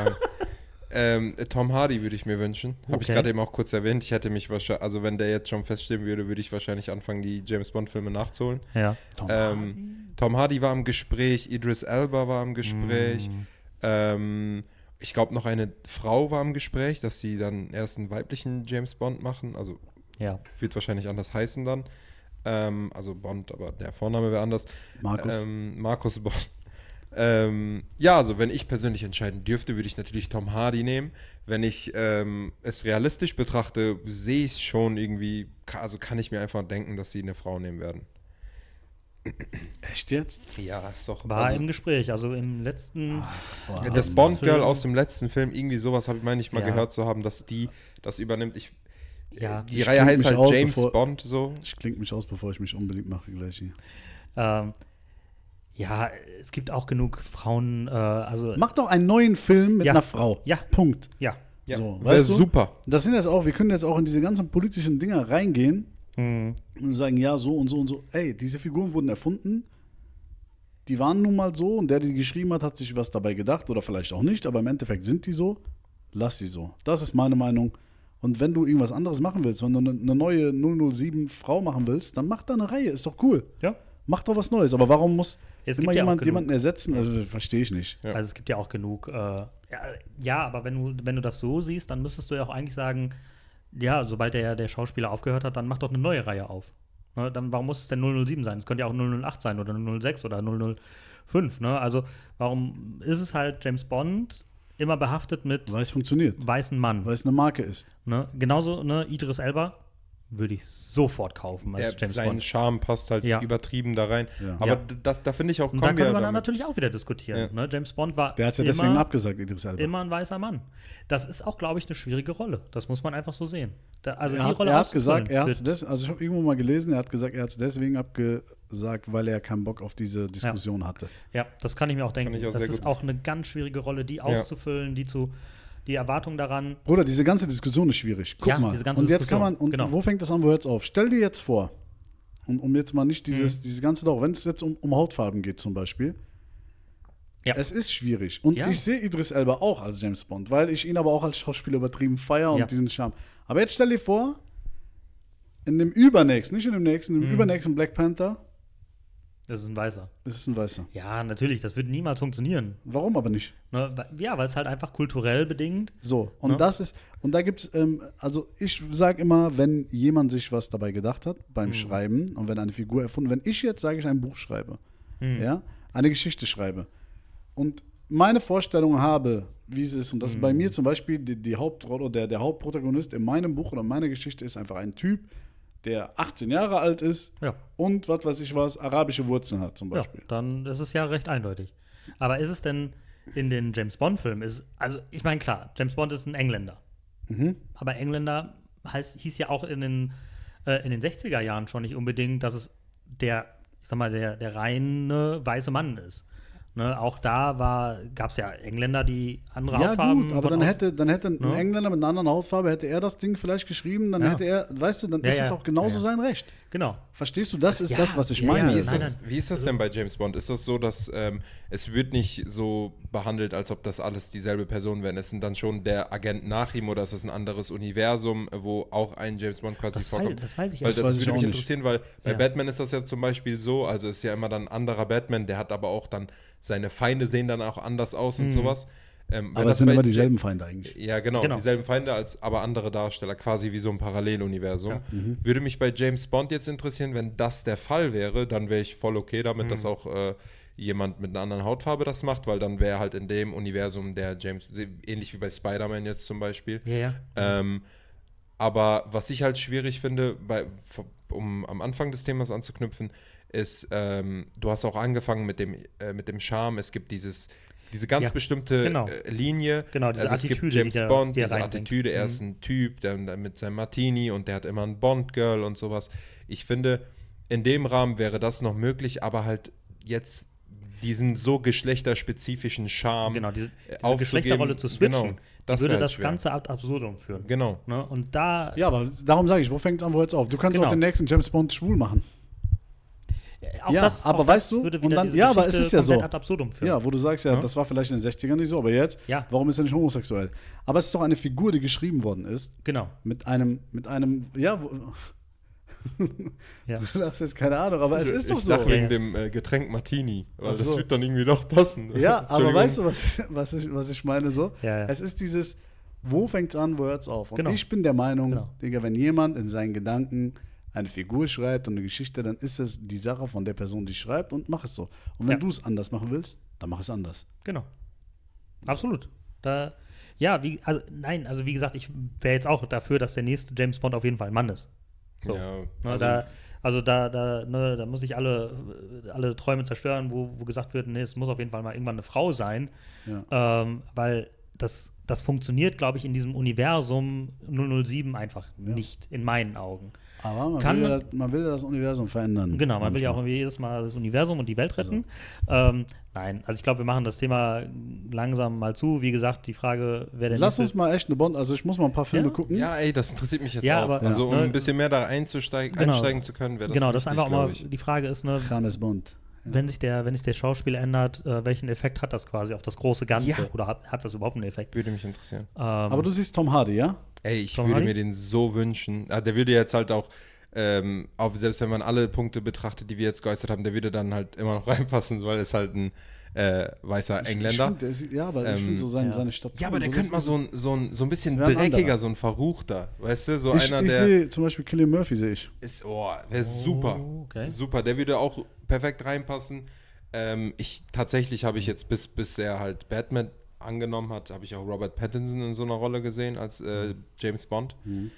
Tom Hardy würde ich mir wünschen. Habe ich gerade eben auch kurz erwähnt. Ich hätte mich wahrscheinlich, also wenn der jetzt schon feststehen würde, würde ich wahrscheinlich anfangen, die James Bond-Filme nachzuholen. Ja. Tom Hardy war im Gespräch, Idris Elba war im Gespräch. Ich glaube, noch eine Frau war im Gespräch, dass sie dann erst einen weiblichen James Bond machen. Also wird wahrscheinlich anders heißen dann. Also Bond, aber der Vorname wäre anders. Markus Bond. Also wenn ich persönlich entscheiden dürfte, würde ich natürlich Tom Hardy nehmen. Wenn ich es realistisch betrachte, sehe ich es schon irgendwie, also kann ich mir einfach denken, dass sie eine Frau nehmen werden. Echt jetzt? Ja, ist doch. War im Gespräch, also im letzten. Das Bond-Girl aus dem letzten Film, irgendwie sowas meine ich mal gehört zu haben, dass die das übernimmt. Die Reihe heißt halt James Bond so. Ich klinge mich aus, bevor ich mich unbeliebt mache gleich hier. Ja, es gibt auch genug Frauen. Mach doch einen neuen Film mit einer Frau. Ja. Punkt. Ja. So, weißt du? Super. Das sind jetzt auch, wir können jetzt auch in diese ganzen politischen Dinger reingehen und sagen, ja, so und so und so. Ey, diese Figuren wurden erfunden. Die waren nun mal so und der, die geschrieben hat, hat sich was dabei gedacht oder vielleicht auch nicht, aber im Endeffekt sind die so. Lass sie so. Das ist meine Meinung. Und wenn du irgendwas anderes machen willst, wenn du eine neue 007 Frau machen willst, dann mach da eine Reihe. Ist doch cool. Ja. Mach doch was Neues. Aber warum muss immer jemanden ersetzen? Also, das verstehe ich nicht. Ja. Also es gibt ja auch genug. Aber wenn du das so siehst, dann müsstest du ja auch eigentlich sagen, ja, sobald der Schauspieler aufgehört hat, dann mach doch eine neue Reihe auf. Ne? Dann, warum muss es denn 007 sein? Es könnte ja auch 008 sein oder 006 oder 005. Ne? Also warum ist es halt James Bond immer behaftet mit weil es funktioniert. Weißen Mann. Weil es eine Marke ist. Ne? Genauso, Idris Elba würde ich sofort kaufen als James Bond. Sein Charme passt halt übertrieben da rein. Ja. Aber da finde ich auch, und da können wir dann natürlich auch wieder diskutieren. Ne? James Bond war der hat ja deswegen abgesagt, Idris Elba. Immer ein weißer Mann. Das ist auch, glaube ich, eine schwierige Rolle. Das muss man einfach so sehen. Er hat gesagt, also ich habe irgendwo mal gelesen, er hat gesagt, er hat es deswegen abgesagt, weil er keinen Bock auf diese Diskussion hatte. Ja, das kann ich mir auch denken. Das ist auch eine ganz schwierige Rolle, die auszufüllen, die Erwartung daran. Bruder, diese ganze Diskussion ist schwierig. Guck mal. Und jetzt kann man, wo fängt das an, wo hört es auf? Stell dir jetzt vor, um jetzt mal nicht dieses ganze Dauer, wenn es jetzt um Hautfarben geht zum Beispiel, es ist schwierig. Und ich sehe Idris Elba auch als James Bond, weil ich ihn aber auch als Schauspieler übertrieben feiere und diesen Charme. Aber jetzt stell dir vor, in dem übernächsten, nicht in dem nächsten, in dem übernächsten Black Panther. Das ist ein Weißer. Es ist ein Weißer. Ja, natürlich, das wird niemals funktionieren. Warum aber nicht? Ne, ja, weil es halt einfach kulturell bedingt. So, und da gibt es, also ich sage immer, wenn jemand sich was dabei gedacht hat beim Schreiben und wenn eine Figur erfunden, wenn ich jetzt, sage ich, ein Buch schreibe, eine Geschichte schreibe und meine Vorstellung habe, wie es ist, und das ist bei mir zum Beispiel die Hauptrolle oder der Hauptprotagonist in meinem Buch oder meiner Geschichte ist einfach ein Typ, der 18 Jahre alt ist und was weiß ich was, arabische Wurzeln hat zum Beispiel. Ja, dann ist es ja recht eindeutig. Aber ist es denn in den James-Bond-Filmen, also ich meine klar, James Bond ist ein Engländer. Aber Engländer hieß ja auch in den 60er Jahren schon nicht unbedingt, dass es der reine weiße Mann ist. Ne, auch da gab es ja Engländer, die andere Ja, Hautfarben. gut, aber dann hätte ein Ne? Engländer mit einer anderen Hautfarbe, hätte er das Ding vielleicht geschrieben, dann Ja. hätte er, weißt du, dann Ja, ist es ja. auch genauso Ja. sein Recht. Genau. Verstehst du? Das ist Ja, das, was ich ja, meine. ja, Wie ist das denn bei James Bond? Ist das so, dass es wird nicht so behandelt, als ob das alles dieselbe Person wären? Ist denn dann schon der Agent nach ihm oder ist das ein anderes Universum, wo auch ein James Bond quasi vorkommt? Das weiß ich Weil erst. das weiß ich würde auch mich nicht. interessieren, weil bei Ja. Batman ist das ja zum Beispiel so, also ist ja immer dann ein anderer Batman, der hat aber auch dann, seine Feinde sehen dann auch anders aus und sowas. Wenn Aber das es sind bei immer dieselben Feinde eigentlich. Ja, genau, Genau. dieselben Feinde, aber andere Darsteller, quasi wie so ein Paralleluniversum. Würde mich bei James Bond jetzt interessieren, wenn das der Fall wäre, dann wäre ich voll okay damit, dass auch jemand mit einer anderen Hautfarbe das macht, weil dann wäre halt in dem Universum der James, ähnlich wie bei Spider-Man jetzt zum Beispiel. Ja, ja. Aber was ich halt schwierig finde, um am Anfang des Themas anzuknüpfen, ist, du hast auch angefangen mit dem Charme. Es gibt diese ganz Ja, bestimmte genau. Linie. Genau, diese es gibt Attitüde, James die er- Bond, die er diese reinbringt. Attitüde, er ist ein Typ, der mit seinem Martini und der hat immer ein Bond-Girl und sowas. Ich finde, in dem Rahmen wäre das noch möglich, aber halt jetzt diesen so geschlechterspezifischen Charme Genau, diese aufzugeben. Geschlechterrolle zu switchen, Genau, das die würde wäre das schwer. Ganze ad absurdum führen. Genau. Ne? Und da, Ja, aber darum sage ich, wo fängt es an, wo hört es auf? Du kannst Genau. auch den nächsten James Bond schwul machen. auch ja, das, aber auch weißt das du, würde und wieder dann- diese ja, aber Geschichte es ist ja so. komplett ad absurdum führen. Ja, wo du sagst, ja, Ja. das war vielleicht in den 60ern nicht so, aber jetzt, Ja. warum ist er nicht homosexuell? Aber es ist doch eine Figur, die geschrieben worden ist, Genau. mit einem, ja, Ja. du hast jetzt keine Ahnung, aber es ist doch ich so. dachte Ja, wegen ja. dem Getränk Martini, weil Ach das so. wird dann irgendwie doch passen. Ja, aber Entschuldigung. weißt du, was ich meine so? Ja, ja. Es ist dieses, wo fängt es an, wo hört es auf? Und Genau. ich bin der Meinung, Genau. Digga, wenn jemand in seinen Gedanken eine Figur schreibt und eine Geschichte, dann ist es die Sache von der Person, die schreibt und mach es so. Und wenn Ja. du es anders machen willst, dann mach es anders. Genau. Absolut. Ja, also wie gesagt, ich wäre jetzt auch dafür, dass der nächste James Bond auf jeden Fall ein Mann ist. So. Ja, Ne, da muss ich alle Träume zerstören, wo gesagt wird, nee, es muss auf jeden Fall mal irgendwann eine Frau sein. Ja. Weil das funktioniert, glaube ich, in diesem Universum 007 einfach nicht, in meinen Augen. Aber Kann- man will ja das Universum verändern. Genau, man will ja auch manchmal. irgendwie jedes Mal das Universum und die Welt retten. Nein, also ich glaube, wir machen das Thema langsam mal zu. Wie gesagt, die Frage, wer der Lass nächste uns mal echt eine Bond, also ich muss mal ein paar Filme Ja? gucken. Ja, ey, das interessiert mich jetzt Ja, auch. aber- Also, um Ja. ein bisschen mehr da einsteigen zu können, wäre das Genau, das ist wichtig, einfach auch mal, glaub ich. die Frage ist, ne, James Bond. wenn sich der Schauspieler ändert, welchen Effekt hat das quasi auf das große Ganze? Ja. Oder hat das überhaupt einen Effekt? Würde mich interessieren. Aber du siehst Tom Hardy, ja? Ey, ich Tom würde Hardy? mir den so wünschen. Der würde jetzt halt auch selbst wenn man alle Punkte betrachtet, die wir jetzt geäußert haben, der würde dann halt immer noch reinpassen, weil es halt ein weißer Engländer. Ich finde so seine, ja. seine Statur. Ja, aber der und könnte mal das ist- so ein bisschen Wäre ein dreckiger, anderer. so ein Verruchter, weißt du? So Ich einer, der sehe zum Beispiel Cillian Murphy, sehe ich. wäre super. okay. Super, der würde auch perfekt reinpassen. Tatsächlich habe ich jetzt, bis er halt Batman angenommen hat, habe ich auch Robert Pattinson in so einer Rolle gesehen als James Bond.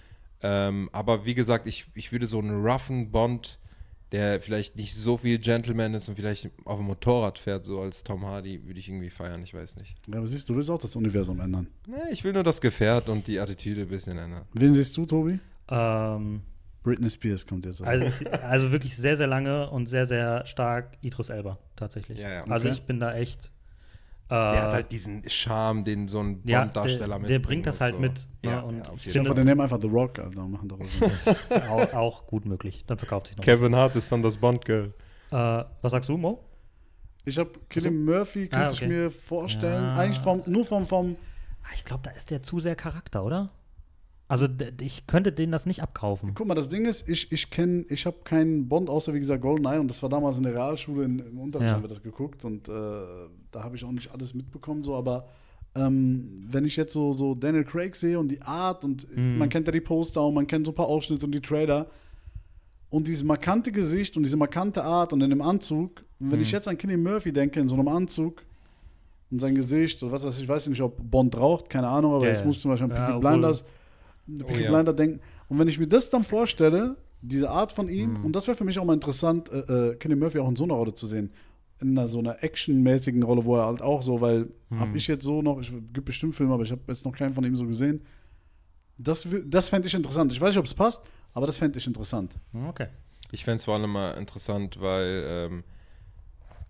Aber wie gesagt, ich würde so einen roughen Bond, der vielleicht nicht so viel Gentleman ist und vielleicht auf dem Motorrad fährt, so als Tom Hardy, würde ich irgendwie feiern, ich weiß nicht. Ja, aber siehst du, willst auch das Universum ändern. Nee, ich will nur das Gefährt und die Attitüde ein bisschen ändern. Wen siehst du, Tobi? Ähm, Britney Spears kommt jetzt. also wirklich sehr, sehr lange und sehr, sehr stark Idris Elba, tatsächlich. Ja, ja. Also Okay. ich bin da echt. Der hat halt diesen Charme, den so ein ja, Bond-Darsteller der mitbringt. bringt das halt so. mit. Ne? Ja, Und ja, auf ich jeden finde, Aber den nehmen einfach The Rock, Alter, und machen daraus. das ist auch gut möglich. Dann verkauft sich noch. Kevin Hart ist dann das Bond-Girl. Was sagst du, Mo? Ich habe Cillian Murphy, könnte ich okay. mir vorstellen, Ja. eigentlich nur vom Ich glaube, da ist der zu sehr Charakter, oder? Also ich könnte denen das nicht abkaufen. Guck mal, das Ding ist, ich habe keinen Bond, außer wie gesagt GoldenEye, und das war damals in der Realschule, im Unterricht Ja. haben wir das geguckt und da habe ich auch nicht alles mitbekommen, so, aber wenn ich jetzt so Daniel Craig sehe und die Art und man kennt ja die Poster und man kennt so ein paar Ausschnitte und die Trailer und dieses markante Gesicht und diese markante Art und in dem Anzug, und wenn ich jetzt an Cillian Murphy denke, in so einem Anzug und sein Gesicht oder was weiß ich, weiß nicht, ob Bond raucht, keine Ahnung, aber Ja, jetzt ja. muss ich zum Beispiel an Ja, Peaky obwohl- Blinders ja. Blinder denken. Und wenn ich mir das dann vorstelle, diese Art von ihm, und das wäre für mich auch mal interessant, Cillian Murphy auch in so einer Rolle zu sehen. In so einer actionmäßigen Rolle, wo er halt auch so, weil habe ich jetzt so noch, es gibt bestimmt Filme, aber ich habe jetzt noch keinen von ihm so gesehen. Das fände ich interessant. Ich weiß nicht, ob es passt, aber das fände ich interessant. Okay. Ich fände es vor allem mal interessant, weil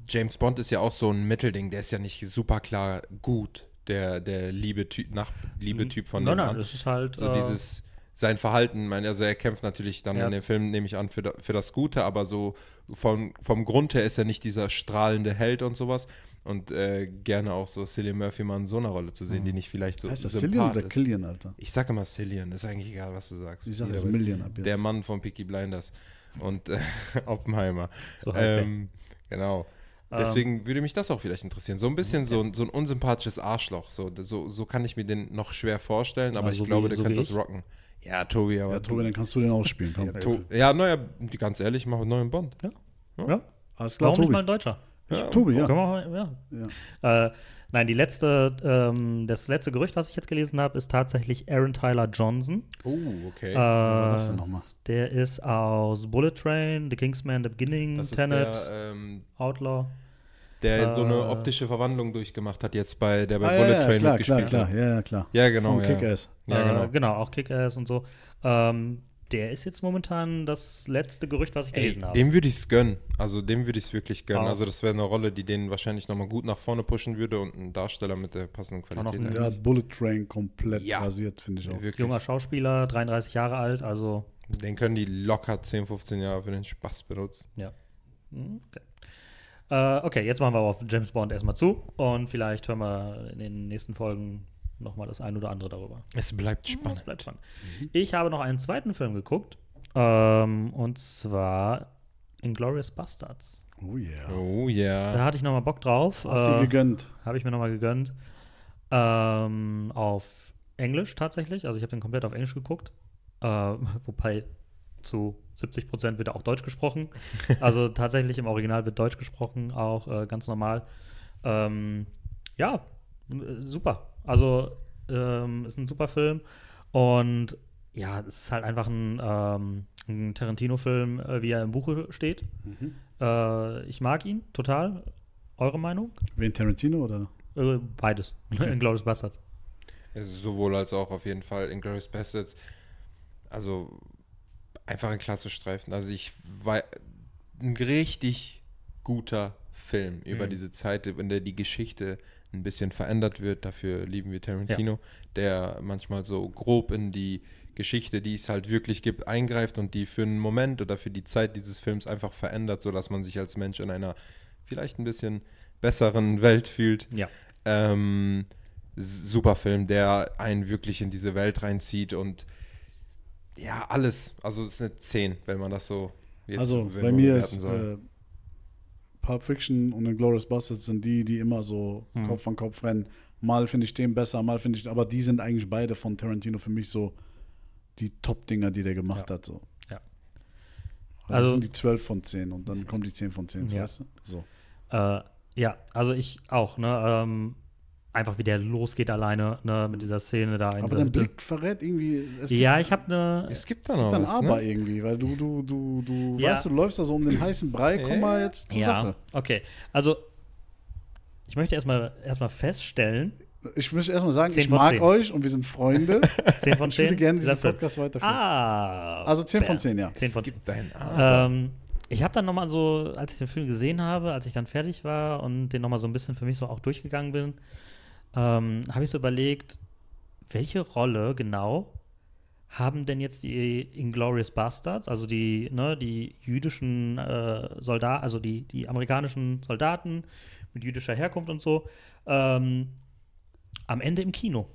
James Bond ist ja auch so ein Mittelding, der ist ja nicht super klar gut, der Liebetyp von dem Nein, Mann. das ist halt. So sein Verhalten, also er kämpft natürlich dann in dem Film, nehme ich an, für das Gute, aber so vom Grund her ist er nicht dieser strahlende Held und sowas. Und gerne auch so Cillian Murphy mal in so einer Rolle zu sehen, die nicht vielleicht so heißt das Cillian oder Killian, Alter? Ich sage immer Cillian, ist eigentlich egal, was du sagst. Ich sage das Million ab jetzt. Der Mann von Peaky Blinders und Oppenheimer. So heißt genau. Deswegen würde mich das auch vielleicht interessieren. So ein bisschen so ein unsympathisches Arschloch. So kann ich mir den noch schwer vorstellen, aber ich glaube, der könnte das rocken. Ja, Tobi, aber. Ja, Tobi, dann kannst du den ausspielen. Komm. Ganz ehrlich, ich mache einen neuen Bond. Ja. Alles klar, Warum nicht Tobi. mal ein Deutscher? Tobi, ja. Können wir auch, nein, das letzte Gerücht, was ich jetzt gelesen habe, ist tatsächlich Aaron Tyler Johnson. Oh, okay. Was ist denn nochmal? Der ist aus Bullet Train, The Kingsman, The Beginning, Das ist Tenet, der, Outlaw. der so eine optische Verwandlung durchgemacht hat jetzt bei Bullet Train mitgespielt hat. Ja, klar. Ja, genau. Von Kick-Ass. Ja, Genau, auch Kick-Ass und so. Der ist jetzt momentan das letzte Gerücht, was ich gelesen habe. Dem würde ich es gönnen. Also dem würde ich es wirklich gönnen. Auch. Also das wäre eine Rolle, die den wahrscheinlich nochmal gut nach vorne pushen würde und ein Darsteller mit der passenden Qualität. Der hat Bullet Train komplett rasiert, finde ich auch. Wirklich. Junger Schauspieler, 33 Jahre alt, also. Den können die locker 10, 15 Jahre für den Spaß benutzen. Ja. Okay, jetzt machen wir aber auf James Bond erstmal zu und vielleicht hören wir in den nächsten Folgen nochmal das ein oder andere darüber. Es bleibt spannend. Es bleibt spannend. Ich habe noch einen zweiten Film geguckt, und zwar Inglourious Basterds. Oh yeah. Oh ja. Da hatte ich nochmal Bock drauf. Hast du gegönnt? Habe ich mir nochmal gegönnt. Auf Englisch tatsächlich. Also ich habe den komplett auf Englisch geguckt. Wobei zu 70% wird auch Deutsch gesprochen. Also tatsächlich im Original wird Deutsch gesprochen, auch ganz normal. Ja, super. Also ist ein super Film. Und ja, es ist halt einfach ein Tarantino-Film, wie er im Buche steht. Ich mag ihn total. Eure Meinung? Wen, Tarantino oder? Beides. Inglourious Basterds. Sowohl als auch auf jeden Fall Inglourious Basterds. Also einfach ein klasse Streifen. Also ein richtig guter Film über diese Zeit, in der die Geschichte ein bisschen verändert wird. Dafür lieben wir Tarantino, der manchmal so grob in die Geschichte, die es halt wirklich gibt, eingreift und die für einen Moment oder für die Zeit dieses Films einfach verändert, sodass man sich als Mensch in einer vielleicht ein bisschen besseren Welt fühlt. Ja. Super Film, der einen wirklich in diese Welt reinzieht und ja, alles. Also es ist eine 10, wenn man das so jetzt Also bei mir ist Pulp Fiction und Inglourious Basterds sind die immer so Kopf an Kopf rennen. Mal finde ich den besser, mal finde ich, aber die sind eigentlich beide von Tarantino für mich so die Top-Dinger, die der gemacht hat. So. Ja. Also das sind die 12 von 10 und dann kommt die 10 von 10, weißt du? So. Ja, also ich auch, ne? Einfach wie der losgeht alleine, ne, mit dieser Szene da. Aber dein Blick verrät irgendwie. Ich habe eine. Es gibt da noch dann was, aber ne? irgendwie, weil du weißt, du läufst da so um den heißen Brei, komm mal jetzt zur Sache. Okay. Also, ich möchte erstmal feststellen. Ich möchte erstmal sagen, 10 ich von mag 10. euch und wir sind Freunde. 10 von 10. Ich würde gerne diesen Dieser Podcast weiterführen. Also 10 von 10, ja. 10 von 10. Gibt dein Ich habe dann nochmal so, als ich den Film gesehen habe, als ich dann fertig war und den nochmal so ein bisschen für mich so auch durchgegangen bin, habe ich so überlegt, welche Rolle genau haben denn jetzt die Inglourious Basterds, also die jüdischen Soldaten, also die amerikanischen Soldaten mit jüdischer Herkunft und so, am Ende im Kino?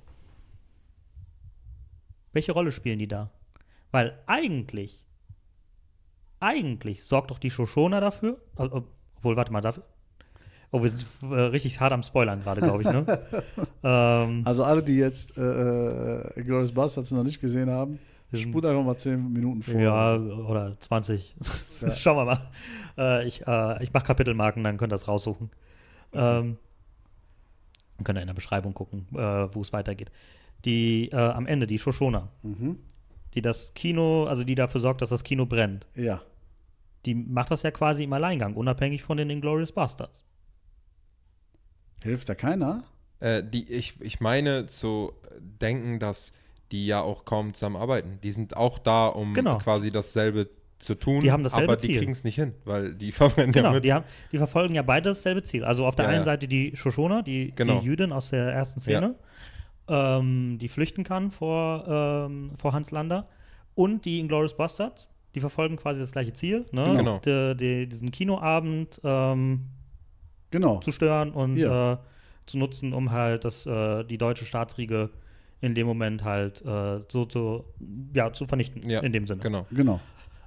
Welche Rolle spielen die da? Weil eigentlich sorgt doch die Shoshona dafür, obwohl, warte mal, dafür. Oh, wir sind richtig hart am Spoilern gerade, glaube ich, ne? Also alle, die jetzt Inglourious Basterds noch nicht gesehen haben, spult einfach mal 10 Minuten vor. Ja, oder 20. Ja. Schauen wir mal. Ich mache Kapitelmarken, dann könnt ihr das raussuchen. Könnt ihr in der Beschreibung gucken, wo es weitergeht. Die am Ende, die Shoshona, die das Kino, also die dafür sorgt, dass das Kino brennt. Ja. Die macht das ja quasi im Alleingang, unabhängig von den Inglourious Basterds. Hilft da keiner? Ich meine zu denken, dass die ja auch kaum zusammenarbeiten. Die sind auch da, um quasi dasselbe zu tun, Die haben dasselbe aber die Ziel. kriegen es nicht hin, weil die verbrennen Genau, ja mit. die verfolgen ja beide dasselbe Ziel. Also auf der Ja, einen ja. Seite die Shoshona, die Jüdin aus der ersten Szene, die flüchten kann vor Hans Landa, und die Inglourious Basterds, die verfolgen quasi das gleiche Ziel, ne? Genau. Diesen Kinoabend Genau. zu stören und Ja. zu nutzen, um halt die deutsche Staatsriege in dem Moment halt zu vernichten, Ja, in dem Sinne. Genau. Genau.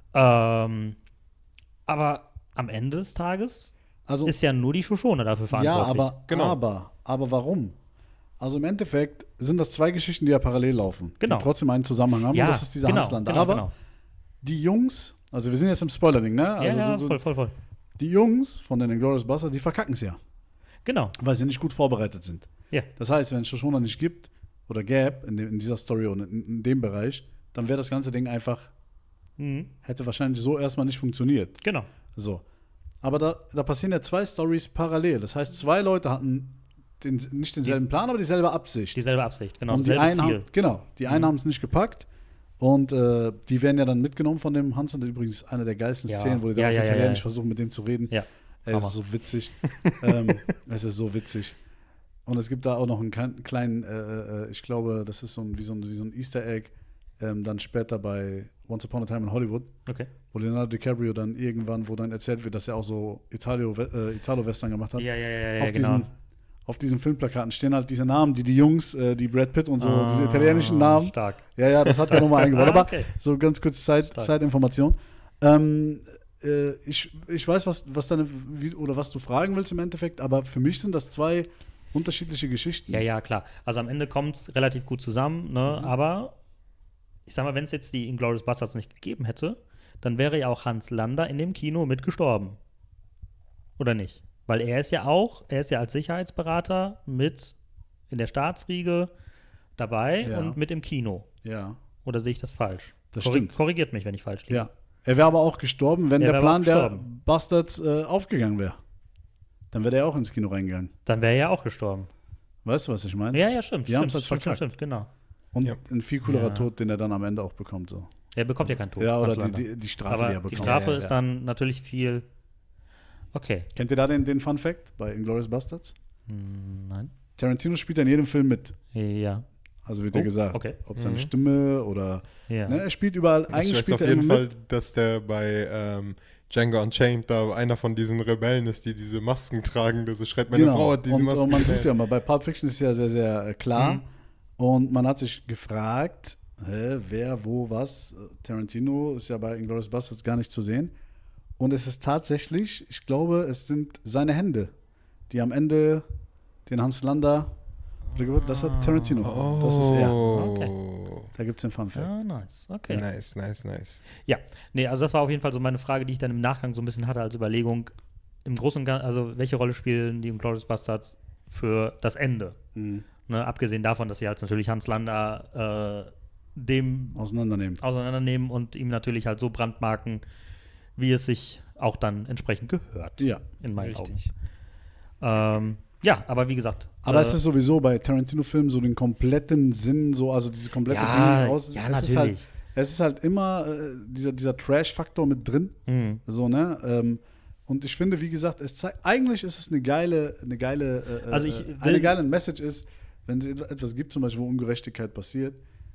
Aber am Ende des Tages Also, ist ja nur die Shoshone dafür ja, verantwortlich. aber warum? Also im Endeffekt sind das zwei Geschichten, die ja parallel laufen, Genau. die trotzdem einen Zusammenhang haben. Ja, und das ist dieser genau, Hanslander. genau, aber genau. die Jungs, also wir sind jetzt im Spoilering, ne? Also Ja, voll. die Jungs von den Inglourious Basterds, die verkacken es ja, Genau. weil sie nicht gut vorbereitet sind. Ja. Das heißt, wenn es Shoshona nicht gibt oder gäbe in dieser Story und in dem Bereich, dann wäre das ganze Ding einfach, hätte wahrscheinlich so erstmal nicht funktioniert. Genau. So. Aber da passieren ja zwei Stories parallel. Das heißt, zwei Leute hatten nicht denselben Plan, aber dieselbe Absicht. Dieselbe Absicht, genau. Und die Dasselbe einen Ziel. die einen haben es nicht gepackt. Und die werden ja dann mitgenommen von dem Hans. Und das ist übrigens eine der geilsten Ja. Szenen, wo die Ja, da auf ja, Italienisch ja. versuchen, mit dem zu reden. Ja. Es ist so witzig. Es ist so witzig. Und es gibt da auch noch einen kleinen, ich glaube, das ist wie so ein Easter Egg, dann später bei Once Upon a Time in Hollywood, Okay. wo Leonardo DiCaprio dann irgendwann, wo dann erzählt wird, dass er auch so Italo-Western gemacht hat. Ja, auf genau. Auf diesen Filmplakaten stehen halt diese Namen, die Jungs, die Brad Pitt und so, diese italienischen Namen. Stark. Ja, das hat er nochmal eingebaut. Aber Okay. so ganz kurz Zeitinformation. Ich weiß, was du fragen willst im Endeffekt, aber für mich sind das zwei unterschiedliche Geschichten. Ja, klar. Also am Ende kommt es relativ gut zusammen, ne? Aber ich sag mal, wenn es jetzt die Inglourious Basterds nicht gegeben hätte, dann wäre ja auch Hans Landa in dem Kino mit gestorben. Oder nicht? Weil er ist ja als Sicherheitsberater mit in der Staatsriege dabei Ja. und mit im Kino. Ja. Oder sehe ich das falsch? Das stimmt. Korrigiert mich, wenn ich falsch liege. Ja. Er wäre aber auch gestorben, wenn Er der wäre Plan auch der gestorben. Bastards aufgegangen wäre. Dann wäre er auch ins Kino reingegangen. Dann wäre er ja auch gestorben. Weißt du, was ich meine? Ja, stimmt. Die haben's halt verkackt. Stimmt, genau. Und Ja. ein viel coolerer Ja. Tod, den er dann am Ende auch bekommt. So. Er bekommt ja keinen Tod. Ja, oder Hans Landa. die Strafe, Aber die er die bekommt. Strafe Ja. ist dann natürlich viel. Okay. Kennt ihr da den Fun Fact bei Inglourious Basterds? Nein. Tarantino spielt ja in jedem Film mit. Ja. Also wird ja gesagt. okay. Ob seine Stimme oder. Ja. Ne, er spielt überall. Ich Eigentlich weiß spielt auf er jeden immer Fall, mit. dass der bei Django Unchained da einer von diesen Rebellen ist, die diese Masken tragen. Das schreibt meine Frau hat diese und Masken. man sieht ja mal, bei Pulp Fiction ist es ja sehr, sehr klar. Und man hat sich gefragt, wer, wo, was. Tarantino ist ja bei Inglourious Basterds gar nicht zu sehen. Und es ist tatsächlich, ich glaube, es sind seine Hände, die am Ende den Hans Landa. Das hat Tarantino. Das ist er. Oh. Da gibt es den Fun Fact. Ah, nice. Okay. Nice. Ja. Nee, also das war auf jeden Fall so meine Frage, die ich dann im Nachgang so ein bisschen hatte als Überlegung. Im Großen und Ganzen, also welche Rolle spielen die Inglourious Basterds für das Ende? Mhm. Ne, abgesehen davon, dass sie halt natürlich Hans Landa dem auseinandernehmen und ihm natürlich halt so brandmarken, wie es sich auch dann entsprechend gehört. Ja. In meinen Richtig. Augen. Ja, aber wie gesagt. Aber es ist sowieso bei Tarantino-Filmen so den kompletten Sinn, so, also diese komplette Ja, Ding ja, es natürlich. Es ist halt immer dieser Trash-Faktor mit drin. Mhm. So, ne? Und ich finde, wie gesagt, eigentlich ist es eine geile Also eine geile Message ist, wenn es etwas gibt, zum Beispiel, wo Ungerechtigkeit passiert,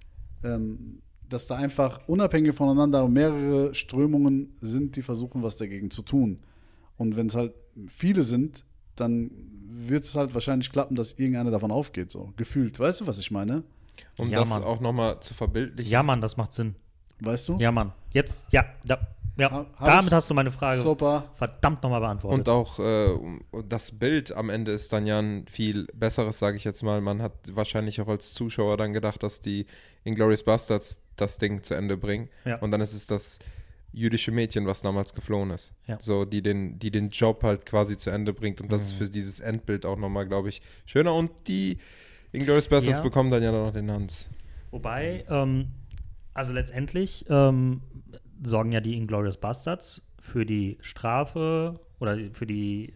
dass da einfach unabhängig voneinander mehrere Strömungen sind, die versuchen, was dagegen zu tun. Und wenn es halt viele sind, dann wird es halt wahrscheinlich klappen, dass irgendeiner davon aufgeht, so gefühlt. Weißt du, was ich meine? Um Ja, das Mann. auch nochmal zu verbildlichen. Ja, Mann, das macht Sinn. Weißt du? Ja, Mann. Jetzt, ja. Hab Damit ich- hast du meine Frage Super. verdammt nochmal beantwortet. Und auch das Bild am Ende ist dann ja ein viel besseres, sage ich jetzt mal. Man hat wahrscheinlich auch als Zuschauer dann gedacht, dass die Inglourious Basterds das Ding zu Ende bringen. Ja. Und dann ist es das jüdische Mädchen, was damals geflohen ist. Ja. So, die den Job halt quasi zu Ende bringt. Und das ist für dieses Endbild auch nochmal, glaube ich, schöner. Und die Inglourious Basterds Ja. bekommen dann ja noch den Hans. Wobei, also letztendlich sorgen ja die Inglourious Basterds für die Strafe oder für die,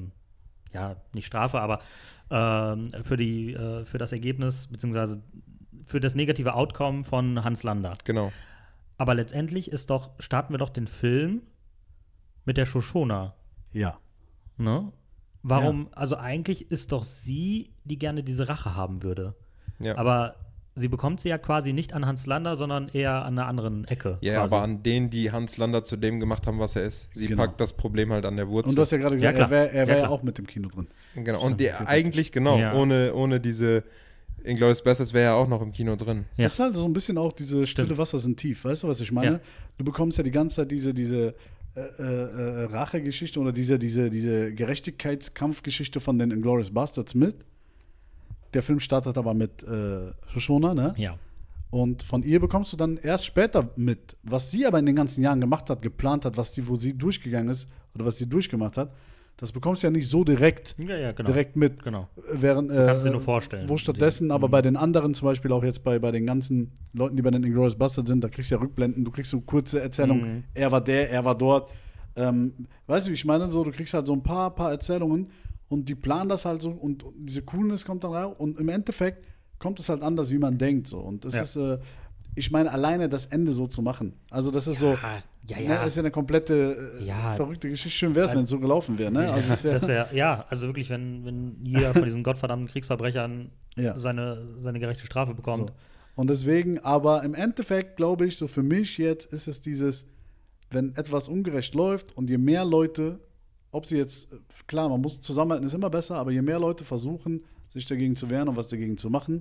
nicht Strafe, aber für das Ergebnis beziehungsweise für das negative Outcome von Hans Landa. Genau. Aber letztendlich starten wir doch den Film mit der Shoshona. Ja. Ne? Warum, also eigentlich ist doch sie, die gerne diese Rache haben würde. Ja. Aber sie bekommt sie ja quasi nicht an Hans Lander, sondern eher an einer anderen Ecke. Ja, quasi. aber an denen, die Hans Lander zu dem gemacht haben, was er ist. Sie Genau. packt das Problem halt an der Wurzel. Und du hast ja gerade gesagt, Ja, er klar. wäre Ja, ja klar. auch mit dem Kino drin. Genau. Und eigentlich, genau, Ja. ohne diese Inglourious Basterds wäre er auch noch im Kino drin. Ja. Das ist halt so ein bisschen auch diese stille Wasser sind tief. Weißt du, was ich meine? Ja. Du bekommst ja die ganze Zeit diese Rachegeschichte oder diese Gerechtigkeitskampfgeschichte von den Inglourious Basterds mit. Der Film startet aber mit Shoshona, ne? Ja. Und von ihr bekommst du dann erst später mit, was sie aber in den ganzen Jahren gemacht hat, geplant hat, wo sie durchgegangen ist oder was sie durchgemacht hat. Das bekommst du ja nicht so direkt Ja, genau. direkt mit. Genau. Während, Du kannst dir nur vorstellen. Wo stattdessen, aber bei den anderen, zum Beispiel auch jetzt bei den ganzen Leuten, die bei den Inglourious Basterds sind, da kriegst du ja Rückblenden, du kriegst so kurze Erzählungen, er war er war dort. Weißt du, wie ich meine? So, du kriegst halt so ein paar Erzählungen und die planen das halt so und diese Coolness kommt dann raus und im Endeffekt kommt es halt anders, wie man denkt. So. Und das ist, ich meine, alleine das Ende so zu machen. Also, das ist so, ja. Ne, das ist ja eine komplette verrückte Geschichte. Schön wäre es, wenn es so gelaufen wäre. Ne? Also, Das wäre, also wirklich, wenn jeder von diesen gottverdammten Kriegsverbrechern Ja. seine gerechte Strafe bekommt. So. Und deswegen, aber im Endeffekt glaube ich, so für mich jetzt ist es dieses, wenn etwas ungerecht läuft und je mehr Leute, ob sie jetzt, klar, man muss zusammenhalten, ist immer besser, aber je mehr Leute versuchen, sich dagegen zu wehren und was dagegen zu machen,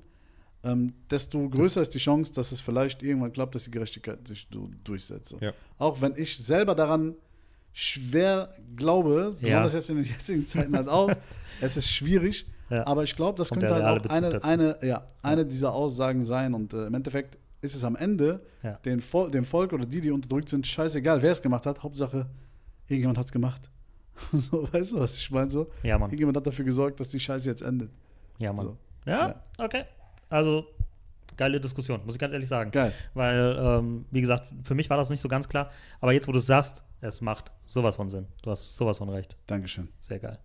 desto größer ist die Chance, dass es vielleicht irgendwann klappt, dass die Gerechtigkeit sich durchsetzt. So. Ja. Auch wenn ich selber daran schwer glaube, besonders jetzt in den jetzigen Zeiten halt auch, es ist schwierig, aber ich glaube, das Kommt könnte der halt reale auch Bezug dazu. eine dieser Aussagen sein und im Endeffekt ist es am Ende dem Volk oder die unterdrückt sind, scheißegal, wer es gemacht hat, Hauptsache, irgendjemand hat es gemacht. So, weißt du, was ich meine? So? Ja, Mann. Irgendjemand hat dafür gesorgt, dass die Scheiße jetzt endet. Ja, Mann. So. Ja, okay. Also, geile Diskussion, muss ich ganz ehrlich sagen. Geil. Weil, wie gesagt, für mich war das nicht so ganz klar. Aber jetzt, wo du es sagst, es macht sowas von Sinn. Du hast sowas von recht. Dankeschön. Sehr geil.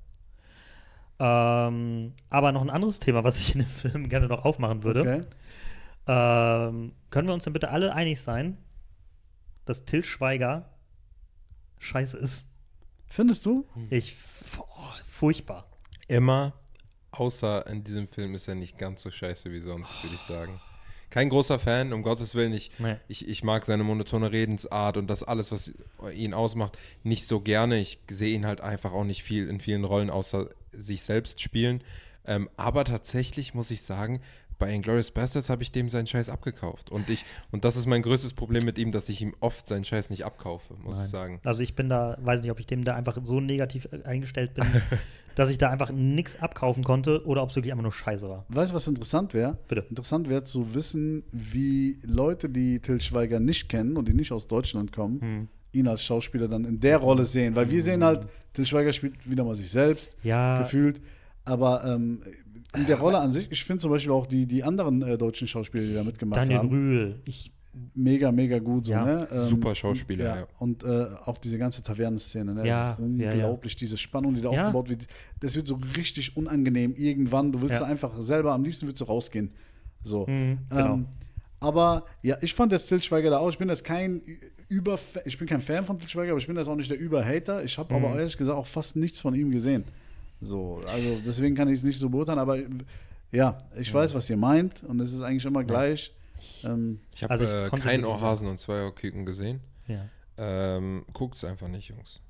Aber noch ein anderes Thema, was ich in dem Film gerne noch aufmachen würde. Okay. Können wir uns denn bitte alle einig sein, dass Til Schweiger scheiße ist? Findest du? Furchtbar. Immer, außer in diesem Film ist er nicht ganz so scheiße wie sonst, würde ich sagen. Kein großer Fan, um Gottes Willen. Nee. Ich mag seine monotone Redensart und das alles, was ihn ausmacht, nicht so gerne. Ich sehe ihn halt einfach auch nicht viel in vielen Rollen außer sich selbst spielen. Aber tatsächlich muss ich sagen, bei Inglourious Basterds habe ich dem seinen Scheiß abgekauft. Und das ist mein größtes Problem mit ihm, dass ich ihm oft seinen Scheiß nicht abkaufe, muss ich sagen. Also ich bin da, weiß nicht, ob ich dem da einfach so negativ eingestellt bin, dass ich da einfach nichts abkaufen konnte oder ob es wirklich einfach nur scheiße war. Weißt du, was interessant wäre? Bitte. Interessant wäre zu wissen, wie Leute, die Til Schweiger nicht kennen und die nicht aus Deutschland kommen, ihn als Schauspieler dann in der Rolle sehen. Weil wir sehen halt, Til Schweiger spielt wieder mal sich selbst, gefühlt. Aber in der Rolle an sich, ich finde zum Beispiel auch die anderen deutschen Schauspieler, die da mitgemacht Daniel haben. Brühl. Mega, mega gut. So, Ja. ne? Super Schauspieler, ja. Und auch diese ganze Tavernenszene, ne? Ja, Das ist unglaublich, diese Spannung, die da aufgebaut wird. Das wird so richtig unangenehm irgendwann. Du willst da einfach selber, am liebsten willst du rausgehen. So. Genau. Aber ja, ich fand jetzt Til Schweiger da auch. Ich bin jetzt kein ich bin kein Fan von Til Schweiger, aber ich bin jetzt auch nicht der Überhater. Ich habe aber ehrlich gesagt auch fast nichts von ihm gesehen. So, also deswegen kann ich es nicht so beurteilen, aber ja, ich weiß, was ihr meint und es ist eigentlich immer gleich. Ich habe Also ich konnte keinen wirklich Ohrhasen und 2 Ohrküken gesehen. Ja. Guckt's einfach nicht, Jungs.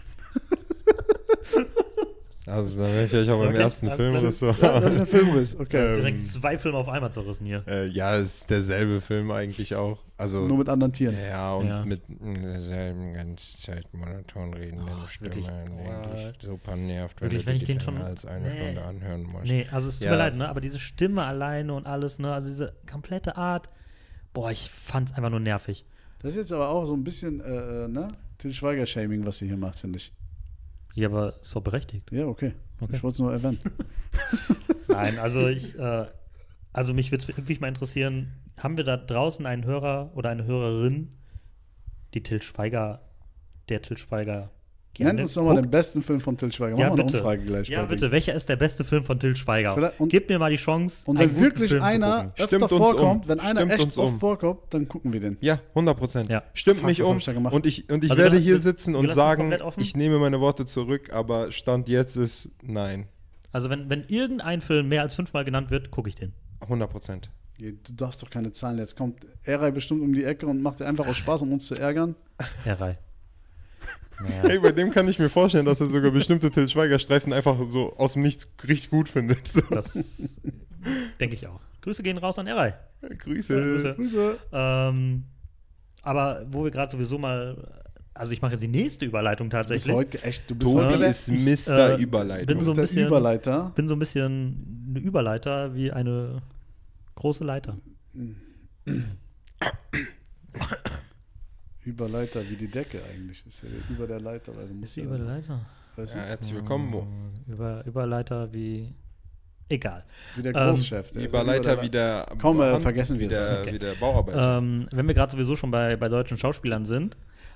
Also, da wäre ich vielleicht auch beim Okay, ersten alles Film klar. oder so. Ja, dass er Film ist, okay. Direkt 2 Filme auf einmal zerrissen hier. Ja, es ist derselbe Film eigentlich auch. Also, Nur mit anderen Tieren. ja, und Ja. mit derselben ganz Zeit monoton redenden Stimme, wirklich, die dich super nervt, Wirklich, du wenn ich die den länger schon- als eine Nee. Stunde anhören musst. Nee, also es tut Ja. mir leid, ne? Aber diese Stimme alleine und alles, ne? Also diese komplette Art, boah, ich fand's einfach nur nervig. Das ist jetzt aber auch so ein bisschen, ne? Til Schweiger-Shaming, was sie hier macht, finde ich. Ja, aber ist doch berechtigt. Ja, okay. Okay. Ich wollte es nur erwähnen. Nein, also also mich würde es wirklich mal interessieren, haben wir da draußen einen Hörer oder eine Hörerin, der Til Schweiger Nennt uns nochmal den besten Film von Til Schweiger. Machen wir eine Umfrage gleich. Ja, bitte. Welcher ist der beste Film von Til Schweiger? Und, Gib mir mal die Chance. Und wenn wirklich einer öfter vorkommt, wenn einer echt oft vorkommt, dann gucken wir den. Ja, 100%. Ja. Stimmt mich um. Und ich Also werde hier sitzen und sagen, komplett offen? ich nehme meine Worte zurück, aber Stand jetzt ist nein. Also wenn irgendein Film mehr als 5-mal genannt wird, gucke ich den. 100%. Du darfst doch keine Zahlen. Jetzt kommt Eray bestimmt um die Ecke und macht einfach aus Spaß, um uns zu ärgern. Eray. Naja. Hey, bei dem kann ich mir vorstellen, dass er sogar bestimmte Til Schweiger-Streifen einfach so aus dem Nichts richtig gut findet. So. Das denke ich auch. Grüße gehen raus an Eray. Grüße. Aber wo wir gerade sowieso mal, also ich mache jetzt die nächste Überleitung tatsächlich. Du bist Tobi heute ist Mr. Überleitung. Bin so ein bisschen, Überleiter. Bin so ein bisschen eine Überleiter wie eine große Leiter. Überleiter wie die Decke eigentlich. Ist ja über der Leiter. Also ist sie über der Leiter? Ja, herzlich willkommen, Mo. Überleiter wie... Egal. Wie der Großchef. Überleiter wie der... Komm, vergessen wir es. Wie der Bauarbeiter. Wenn wir gerade sowieso schon bei deutschen Schauspielern sind,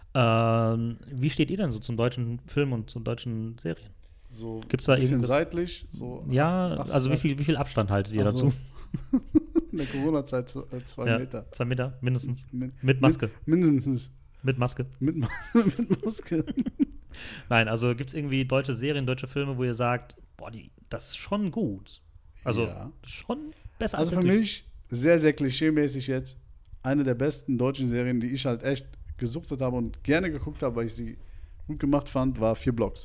wie steht ihr denn so zum deutschen Film und zu deutschen Serien? So Gibt's da ein bisschen irgendwas? Seitlich. So ja, 80, also wie viel Abstand haltet ihr dazu? In der Corona-Zeit 2 Meter. 2 Meter, mindestens. Mit Maske. Mindestens. Mit Maske. Mit Maske. Nein, also gibt es irgendwie deutsche Serien, deutsche Filme, wo ihr sagt, boah, das ist schon gut. Also schon besser als für mich, sehr, sehr klischeemäßig jetzt, eine der besten deutschen Serien, die ich halt echt gesuchtet habe und gerne geguckt habe, weil ich sie gut gemacht fand, war 4 Blocks.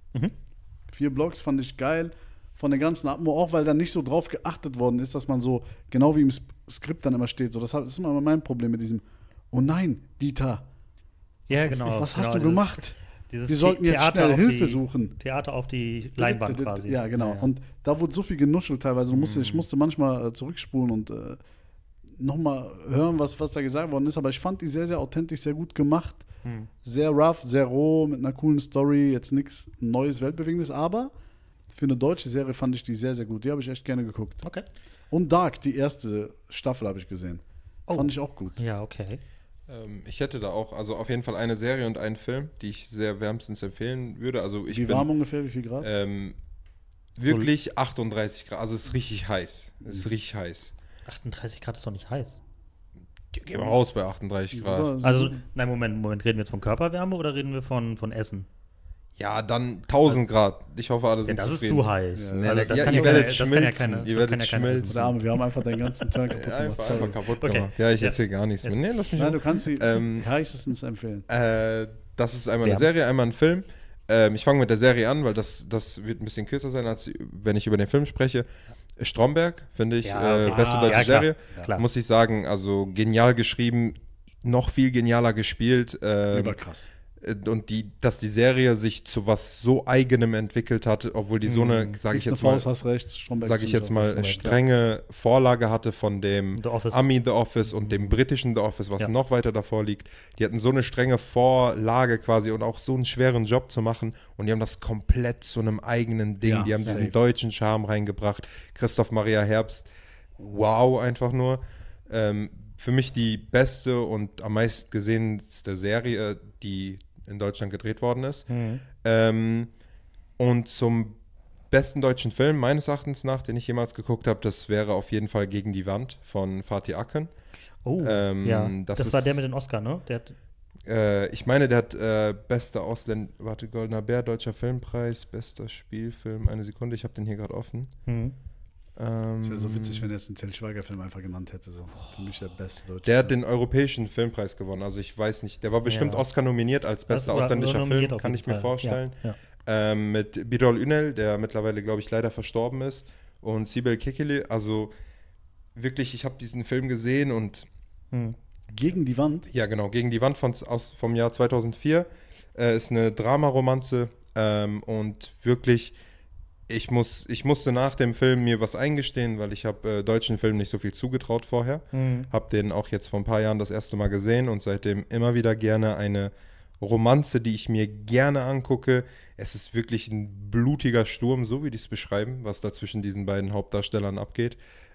4 Blocks fand ich geil. Von der ganzen Atmo, auch weil da nicht so drauf geachtet worden ist, dass man so, genau wie im Skript dann immer steht, so, das ist immer mein Problem mit diesem, oh nein, Dieter. Ja, genau. Was hast du gemacht? Wir sollten jetzt schnell Hilfe suchen. Theater auf die Leinwand quasi. Ja, genau. Ja. Und da wurde so viel genuschelt teilweise. Ich musste manchmal zurückspulen und nochmal hören, was da gesagt worden ist. Aber ich fand die sehr, sehr authentisch, sehr gut gemacht. Sehr rough, sehr roh, mit einer coolen Story. Jetzt nichts Neues, Weltbewegendes. Aber für eine deutsche Serie fand ich die sehr, sehr gut. Die habe ich echt gerne geguckt. Okay. Und Dark, die erste Staffel habe ich gesehen. Fand ich auch gut. Ja, okay. Ich hätte da auch, also auf jeden Fall eine Serie und einen Film, die ich sehr wärmstens empfehlen würde. Also wie warm ungefähr? Wie viel Grad? Wirklich 38 Grad. Also es ist richtig heiß. 38 Grad ist doch nicht heiß. Gehen wir raus bei 38 Grad. Also, nein, Moment. Reden wir jetzt von Körperwärme oder reden wir von Essen? Ja, dann 1000 Grad. Ich hoffe, alle sind das zufrieden. ist zu heiß. Ja, also ihr werdet schmelzen. Ihr werdet schmelzen. Wir haben einfach den ganzen Tag kaputt gemacht. Einfach kaputt gemacht. Ja, ich erzähle gar nichts mehr. Nee, lass mich. Nein, du kannst sie heißestens empfehlen. Das ist einmal eine Serie, einmal ein Film. Ich fange mit der Serie an, weil das wird ein bisschen kürzer sein, als wenn ich über den Film spreche. Stromberg, finde ich, beste deutsche Serie. Klar. Muss ich sagen, also genial geschrieben, noch viel genialer gespielt. Überkrass. Und dass die Serie sich zu was so Eigenem entwickelt hat, obwohl die so eine, sage ich jetzt mal, strenge Vorlage hatte von dem Ami The Office und dem britischen The Office, was noch weiter davor liegt. Die hatten so eine strenge Vorlage quasi und auch so einen schweren Job zu machen und die haben das komplett zu einem eigenen Ding. Die haben diesen deutschen Charme reingebracht. Christoph Maria Herbst, wow, einfach nur. Für mich die beste und am meisten gesehenste Serie, die in Deutschland gedreht worden ist. Und zum besten deutschen Film, meines Erachtens nach, den ich jemals geguckt habe, das wäre auf jeden Fall Gegen die Wand von Fatih Akin. Oh, das war der mit dem Oscar, ne? Ich meine, der hat bester Goldener Bär, Deutscher Filmpreis, bester Spielfilm, eine Sekunde, ich habe den hier gerade offen. Das wäre so witzig, wenn er jetzt einen Til Schweiger-Film einfach genannt hätte. So. Für mich der beste deutsche Der hat den Europäischen Filmpreis gewonnen. Also ich weiß nicht, der war bestimmt Oscar nominiert als bester ausländischer Film, kann ich mir vorstellen. Mit Birol Ünel, der mittlerweile, glaube ich, leider verstorben ist. Und Sibel Kekili. Also wirklich, ich habe diesen Film gesehen und Gegen die Wand? Ja, genau, Gegen die Wand vom Jahr 2004. Ist eine Dramaromanze und wirklich... Ich musste nach dem Film mir was eingestehen, weil ich habe deutschen Filmen nicht so viel zugetraut vorher. Habe den auch jetzt vor ein paar Jahren das erste Mal gesehen und seitdem immer wieder gerne eine Romanze, die ich mir gerne angucke. Es ist wirklich ein blutiger Sturm, so wie die es beschreiben, was da zwischen diesen beiden Hauptdarstellern abgeht.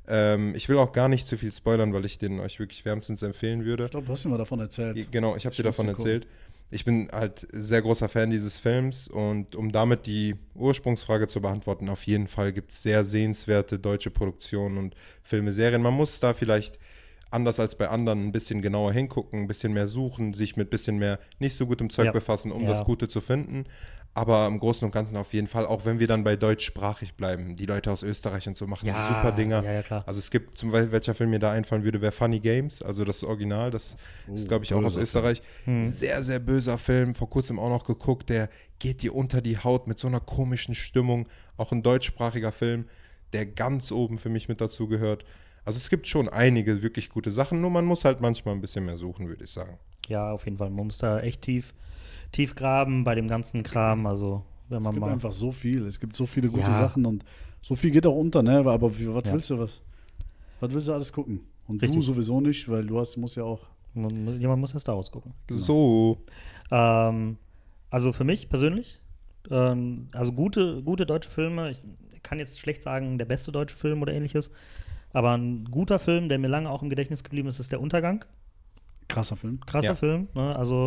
Ich will auch gar nicht zu viel spoilern, weil ich den euch wirklich wärmstens empfehlen würde. Ich glaube, du hast mir mal davon erzählt. Genau, ich habe dir davon erzählt. Ich bin halt sehr großer Fan dieses Films und um damit die Ursprungsfrage zu beantworten, auf jeden Fall gibt es sehr sehenswerte deutsche Produktionen und Filme, Serien. Man muss da vielleicht anders als bei anderen ein bisschen genauer hingucken, ein bisschen mehr suchen, sich mit ein bisschen mehr nicht so gutem Zeug befassen, um das Gute zu finden. Aber im Großen und Ganzen auf jeden Fall, auch wenn wir dann bei deutschsprachig bleiben. Die Leute aus Österreich und so machen super Dinger. Ja, klar. Also es gibt zum Beispiel, welcher Film mir da einfallen würde, wäre Funny Games, also das Original, das ist glaube ich auch aus Österreich. Sehr, sehr böser Film, vor kurzem auch noch geguckt, der geht dir unter die Haut mit so einer komischen Stimmung. Auch ein deutschsprachiger Film, der ganz oben für mich mit dazu gehört. Also es gibt schon einige wirklich gute Sachen, nur man muss halt manchmal ein bisschen mehr suchen, würde ich sagen. Ja, auf jeden Fall. Man muss da echt tief graben bei dem ganzen Kram. Also, wenn man Es gibt mal. einfach so viel. Es gibt so viele gute Sachen und so viel geht auch unter, ne? Aber was willst du was? Was willst du alles gucken? Und Richtig. du sowieso nicht, weil musst ja auch. Jemand muss ja Star Wars gucken. So. Also für mich persönlich, also gute deutsche Filme, ich kann jetzt schlecht sagen, der beste deutsche Film oder ähnliches, aber ein guter Film, der mir lange auch im Gedächtnis geblieben ist, ist Der Untergang. Krasser Film. Krasser Film, ne? Also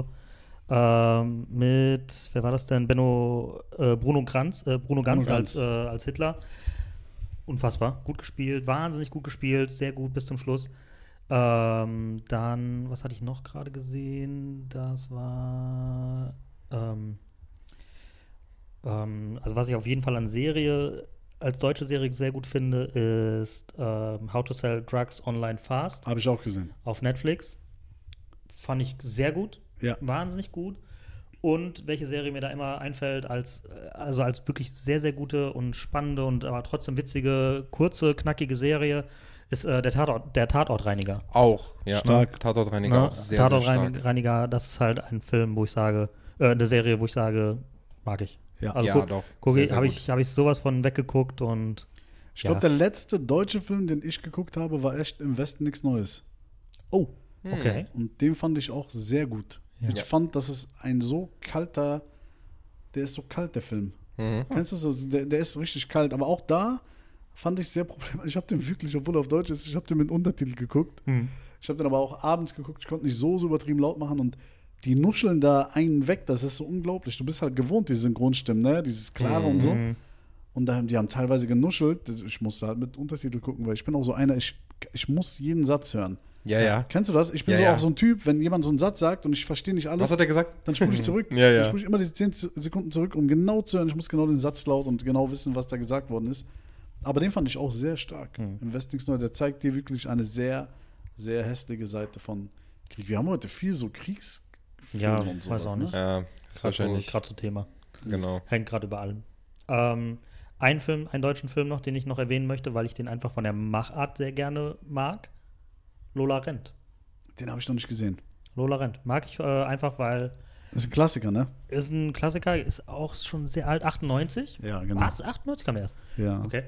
mit, wer war das denn? Bruno Ganz als Hitler. Unfassbar, gut gespielt, wahnsinnig gut gespielt, sehr gut bis zum Schluss. Dann, was hatte ich noch gerade gesehen? Das war also was ich auf jeden Fall an Serie, als deutsche Serie sehr gut finde, ist How to Sell Drugs Online Fast Habe ich auch gesehen. auf Netflix. Fand ich sehr gut, wahnsinnig gut. Und welche Serie mir da immer einfällt, als wirklich sehr, sehr gute und spannende und aber trotzdem witzige, kurze, knackige Serie, ist der Tatortreiniger. Auch, ja. Stark. Tatortreiniger auch sehr, sehr stark. Tatortreiniger, das ist halt ein Film, wo ich sage, eine Serie, wo ich sage, mag ich. Ja, Also doch. habe ich sowas von weggeguckt und Ich glaube, der letzte deutsche Film, den ich geguckt habe, war echt Im Westen nichts Neues. Oh, okay. Und den fand ich auch sehr gut. Ja. Ich fand, das ist ein so kalter, der ist so kalt, der Film. Kennst du so? Der ist richtig kalt. Aber auch da fand ich sehr problematisch. Ich habe den wirklich, obwohl er auf Deutsch ist, ich habe den mit Untertitel geguckt. Ich habe den aber auch abends geguckt. Ich konnte nicht so übertrieben laut machen und die nuscheln da einen weg. Das ist so unglaublich. Du bist halt gewohnt, diese Synchronstimmen, ne? Dieses Klare und so. Und die haben teilweise genuschelt. Ich musste halt mit Untertitel gucken, weil ich bin auch so einer, ich muss jeden Satz hören. Ja. Kennst du das? Ich bin auch so ein Typ, wenn jemand so einen Satz sagt und ich verstehe nicht alles. Was hat er gesagt? Dann spule ich zurück. Ja. Ich spule immer diese 10 Sekunden zurück, um genau zu hören. Ich muss genau den Satz laut und genau wissen, was da gesagt worden ist. Aber den fand ich auch sehr stark. Im Westen nichts Neues. Der zeigt dir wirklich eine sehr, sehr hässliche Seite von Krieg. Wir haben heute viel so Kriegsfilme und sowas. weiß auch nicht. Ja, ist wahrscheinlich. Gerade so Thema. Genau. Hängt gerade über allem. Einen deutschen Film noch, den ich noch erwähnen möchte, weil ich den einfach von der Machart sehr gerne mag. Lola rennt. Den habe ich noch nicht gesehen. Lola rennt. Mag ich einfach, weil Ist ein Klassiker, ne? ist ein Klassiker, ist auch schon sehr alt, 98. Ja, genau. Was? 98 kam der erst? Ja. Okay.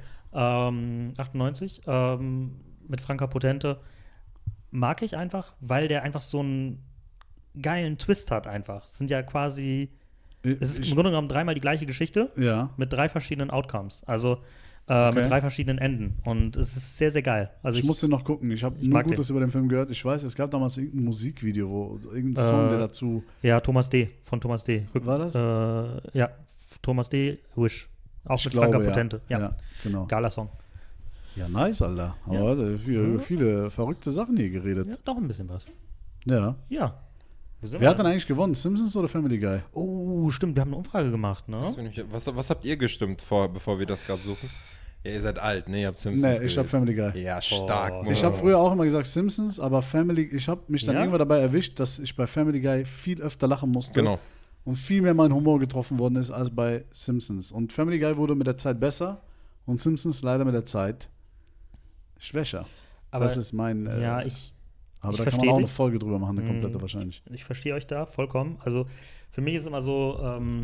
98 mit Franka Potente mag ich einfach, weil der einfach so einen geilen Twist hat einfach. Es sind ja quasi, es ist im Grunde genommen dreimal die gleiche Geschichte mit 3 verschiedenen Outcomes. Also mit 3 verschiedenen Enden. Und es ist sehr, sehr geil. Also ich musste noch gucken. Ich habe nur Gutes über den Film gehört. Ich weiß, es gab damals irgendein Musikvideo, irgendein Song, der dazu. Ja, Thomas D. von Thomas D. War das? Ja, Thomas D. Wish. Auch Ich mit glaube, Franka Potente. Ja, genau. geiler Song. Ja, nice, Alter. Aber über viele verrückte Sachen hier geredet. Ja, doch ein bisschen was. Ja. Ja. Wer hat denn eigentlich gewonnen? Simpsons oder Family Guy? Oh, stimmt, wir haben eine Umfrage gemacht, ne? Was habt ihr gestimmt bevor wir das gerade suchen? Ja, ihr seid alt, ne? Ihr habt Simpsons ich habe Family Guy. Ja, stark. Ich habe früher auch immer gesagt Simpsons, aber ich habe mich dann irgendwann dabei erwischt, dass ich bei Family Guy viel öfter lachen musste. Genau. Und viel mehr mein Humor getroffen worden ist als bei Simpsons. Und Family Guy wurde mit der Zeit besser und Simpsons leider mit der Zeit schwächer. Aber das ist mein. Aber da kann man auch eine Folge drüber machen, eine komplette wahrscheinlich. Ich verstehe euch da vollkommen. Also für mich ist immer so,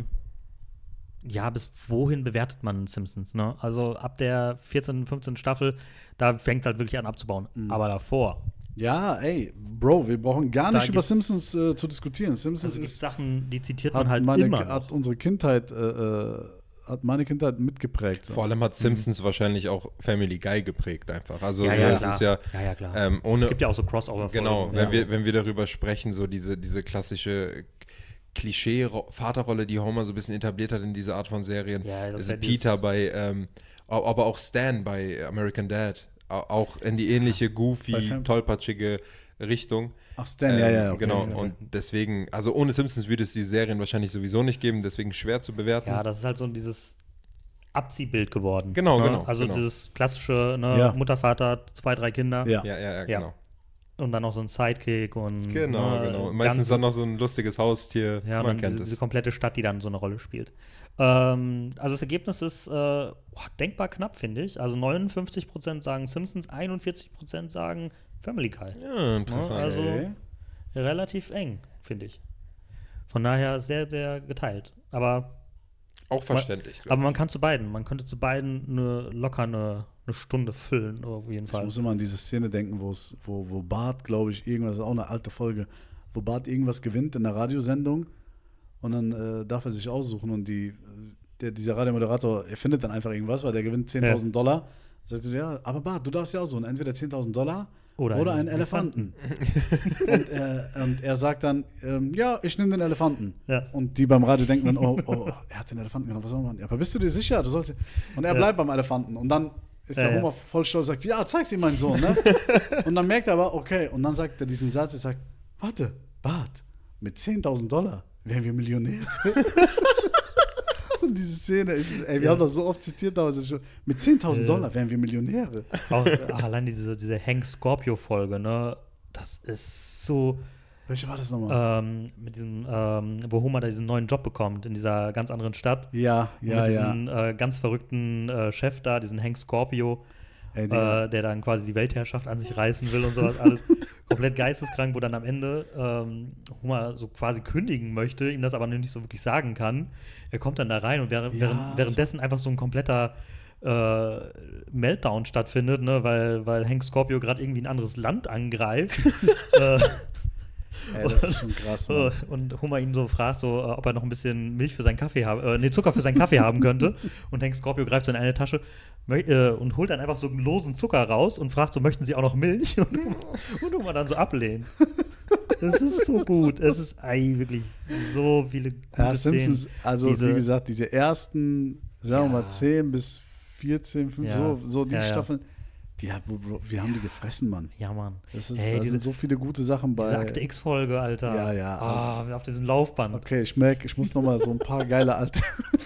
bis wohin bewertet man Simpsons, ne? Also ab der 14., 15. Staffel, da fängt es halt wirklich an abzubauen. Aber davor. Ja, ey, Bro, wir brauchen gar nicht über Simpsons zu diskutieren. Simpsons ist Sachen, die zitiert hat man halt immer. Hat unsere Kindheit hat meine Kindheit mitgeprägt. So. Vor allem hat Simpsons wahrscheinlich auch Family Guy geprägt einfach. Also Ja, es klar. ist ja, Ja, klar. ohne, Es gibt ja auch so Crossover-Folgen. genau, Ja. wenn wir darüber sprechen, so diese klassische Klischee-Vaterrolle, die Homer so ein bisschen etabliert hat in dieser Art von Serien. Ja, das ist ist ja Peter bei, aber auch Stan bei American Dad. Auch in die ähnliche, goofy, tollpatschige Richtung. Ach, Stan, ja. Okay. Genau, und deswegen, also ohne Simpsons würde es die Serien wahrscheinlich sowieso nicht geben, deswegen schwer zu bewerten. Ja, das ist halt so dieses Abziehbild geworden. Genau, ne? genau. Also genau. dieses klassische, ne? Ja. Mutter, Vater, 2, 3 Kinder. Ja. Ja, genau. Und dann noch so ein Sidekick und Genau. Meistens dann noch so ein lustiges Haustier. Ja, und Man dann kennt diese es. komplette Stadt, die dann so eine Rolle spielt. Also das Ergebnis ist denkbar knapp, finde ich. Also 59% sagen Simpsons, 41% sagen Family Guy. Ja, interessant. Also Okay. relativ eng, finde ich. Von daher sehr, sehr geteilt. Aber Auch verständlich. glaub Aber man kann zu beiden. Man könnte zu beiden locker eine Stunde füllen, auf jeden Ich Fall. muss immer an diese Szene denken, wo Bart, glaube ich, irgendwas, das ist auch eine alte Folge, wo Bart irgendwas gewinnt in der Radiosendung und dann darf er sich aussuchen und dieser Radiomoderator, er findet dann einfach irgendwas, weil der gewinnt $10.000. Sagt er, ja, aber Bart, du darfst ja aussuchen, entweder $10.000 oder einen Elefanten. und er sagt dann, ja, ich nehme den Elefanten. Ja. Und die beim Radio denken dann, oh, er hat den Elefanten genommen, was soll man machen? Ja, aber bist du dir sicher? Du sollst. Und er bleibt beim Elefanten. Und dann ist der Homer voll stolz und sagt, ja, zeig's ihm, mein Sohn. Ne? Und dann merkt er aber, okay, und dann sagt er diesen Satz, er sagt, warte, Bart, mit $10.000 wären wir Millionäre. Und diese Szene, wir haben das so oft zitiert damals schon, mit $10.000 wären wir Millionäre. Auch allein diese Hank Scorpio-Folge, ne? Das ist so. Welche war das nochmal? Mit diesem, wo Homer da diesen neuen Job bekommt in dieser ganz anderen Stadt. Ja. Mit diesem ganz verrückten Chef da, diesen Hank Scorpio, Ey, der dann quasi die Weltherrschaft an sich reißen will und sowas alles. Komplett geisteskrank, wo dann am Ende Homer so quasi kündigen möchte, ihm das aber nicht so wirklich sagen kann. Er kommt dann da rein und währenddessen einfach so ein kompletter Meltdown stattfindet, ne, weil Hank Scorpio gerade irgendwie ein anderes Land angreift. Ey, das ist schon krass, Mann. Und Homer ihn so fragt, ob er noch ein bisschen Milch für seinen Kaffee Zucker für seinen Kaffee haben könnte. Und Hank Scorpio greift so in eine Tasche und holt dann einfach so einen losen Zucker raus und fragt so, möchten Sie auch noch Milch? Und Homer dann so ablehnt. Das ist so gut. Es ist wirklich so viele gute Simpsons, Szenen. also wie gesagt, diese ersten, sagen wir mal 10 bis 14, 15, so die Staffeln, wir haben die gefressen, Mann. Ja, Mann. Da sind so viele gute Sachen bei. Diese Akte X-Folge, Alter. Ja. Auf diesem Laufband. Okay, ich merke, ich muss noch mal so ein paar geile alte.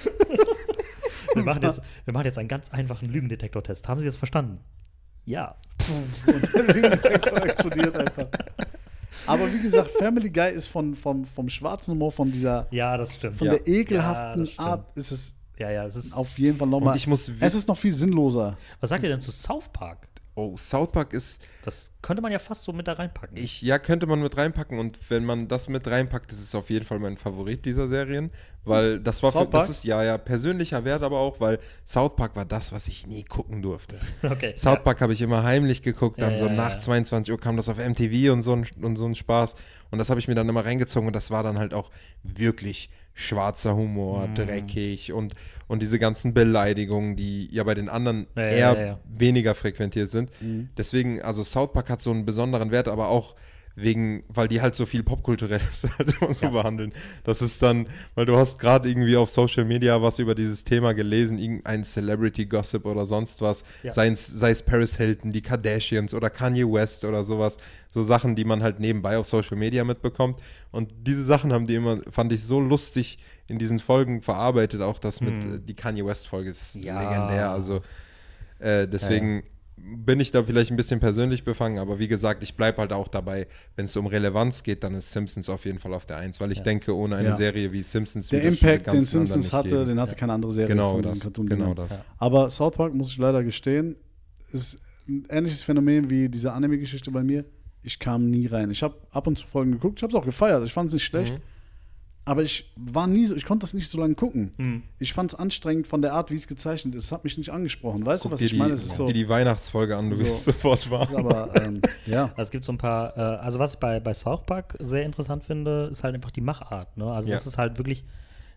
Wir machen jetzt einen ganz einfachen Lügendetektor-Test. Haben Sie das verstanden? Ja. Und der Lügendetektor explodiert einfach. Aber wie gesagt, Family Guy ist vom schwarzen Humor, von dieser, ja, das stimmt. von der ekelhaften das Art, ist es es ist auf jeden Fall nochmal. Es ist noch viel sinnloser. Was sagt ihr denn zu South Park? Oh, South Park ist. Das könnte man ja fast so mit da reinpacken. Könnte man mit reinpacken, und wenn man das mit reinpackt, das ist auf jeden Fall mein Favorit dieser Serien, weil das war das ist persönlicher Wert, aber auch, weil South Park war das, was ich nie gucken durfte. Okay. South Park habe ich immer heimlich geguckt, dann nach 22 Uhr kam das auf MTV und so ein Spaß, und das habe ich mir dann immer reingezogen, und das war dann halt auch wirklich schwarzer Humor, dreckig und diese ganzen Beleidigungen, die ja bei den anderen eher weniger frequentiert sind. Deswegen, also South Park hat so einen besonderen Wert, aber auch weil die halt so viel Popkulturelles halt immer so behandeln. Das ist dann, weil du hast gerade irgendwie auf Social Media was über dieses Thema gelesen, irgendein Celebrity-Gossip oder sonst was, sei es Paris Hilton, die Kardashians oder Kanye West oder sowas, so Sachen, die man halt nebenbei auf Social Media mitbekommt, und diese Sachen haben die immer, fand ich, so lustig in diesen Folgen verarbeitet, auch das mit, die Kanye West-Folge ist legendär, also deswegen bin ich da vielleicht ein bisschen persönlich befangen, aber wie gesagt, ich bleibe halt auch dabei, wenn es um Relevanz geht, dann ist Simpsons auf jeden Fall auf der 1, weil ich denke, ohne eine Serie wie Simpsons der Impact, den Simpsons hatte, den hatte keine andere Serie von diesen Cartoon-Dingern. Genau das. Aber South Park, muss ich leider gestehen, ist ein ähnliches Phänomen wie diese Anime-Geschichte bei mir. Ich kam nie rein. Ich habe ab und zu Folgen geguckt, ich habe es auch gefeiert, ich fand es nicht schlecht. Aber ich konnte das nicht so lange gucken. Ich fand es anstrengend von der Art, wie es gezeichnet ist. Es hat mich nicht angesprochen. Weißt du, was ich meine? Es ist so, die Weihnachtsfolge an, du wirst sofort warm. Aber, Also es gibt so ein paar, also was ich bei South Park sehr interessant finde, ist halt einfach die Machart. Ne? Also das ist halt wirklich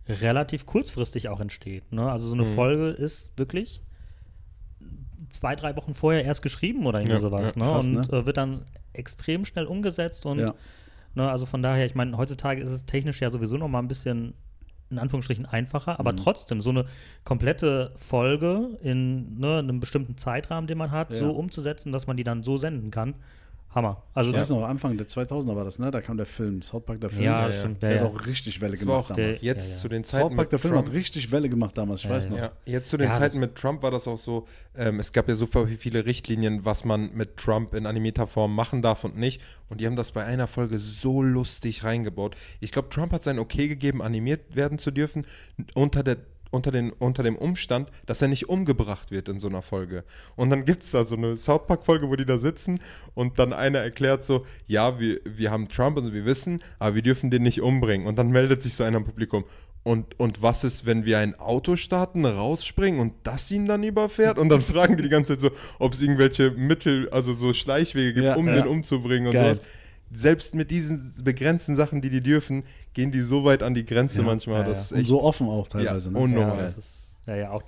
relativ kurzfristig auch entsteht. Ne? Also so eine Folge ist wirklich 2-3 Wochen vorher erst geschrieben oder irgendwie sowas. Ne? Krass, und ne? wird dann extrem schnell umgesetzt und Ja. ne, also von daher, ich meine, heutzutage ist es technisch ja sowieso noch mal ein bisschen in Anführungsstrichen einfacher, aber trotzdem so eine komplette Folge in einem bestimmten Zeitrahmen, den man hat, Ja. so umzusetzen, dass man die dann so senden kann. Hammer. Also Ich weiß noch, Anfang der 2000er war das, ne? Da kam der Film, South Park, der Film. Ja, ja. stimmt. Der Ja, hat ja. auch richtig Welle Das war gemacht auch damals. jetzt Ja, ja. zu den Zeiten South Park, der mit Film, Trump. hat richtig Welle gemacht damals, ich weiß noch. Ja, jetzt zu den Ja, Zeiten das- mit Trump war das auch so, es gab ja super viele Richtlinien, was man mit Trump in animierter Form machen darf und nicht. Und die haben das bei einer Folge so lustig reingebaut. Ich glaube, Trump hat sein Okay gegeben, animiert werden zu dürfen, unter dem Umstand, dass er nicht umgebracht wird in so einer Folge. Und dann gibt es da so eine South Park-Folge, wo die da sitzen und dann einer erklärt so, ja, wir haben Trump und wir wissen, aber wir dürfen den nicht umbringen. Und dann meldet sich so einer im Publikum. Und was ist, wenn wir ein Auto starten, rausspringen und das ihn dann überfährt? Und dann fragen die ganze Zeit so, ob es irgendwelche Mittel, also so Schleichwege gibt, Ja, um ja. den umzubringen und Geil. sowas. Selbst mit diesen begrenzten Sachen, die dürfen, gehen die so weit an die Grenze Ja, manchmal. ja, Das ist Und echt so offen auch teilweise, Ja, ne? unnormal. Ja, das ist, ja, auch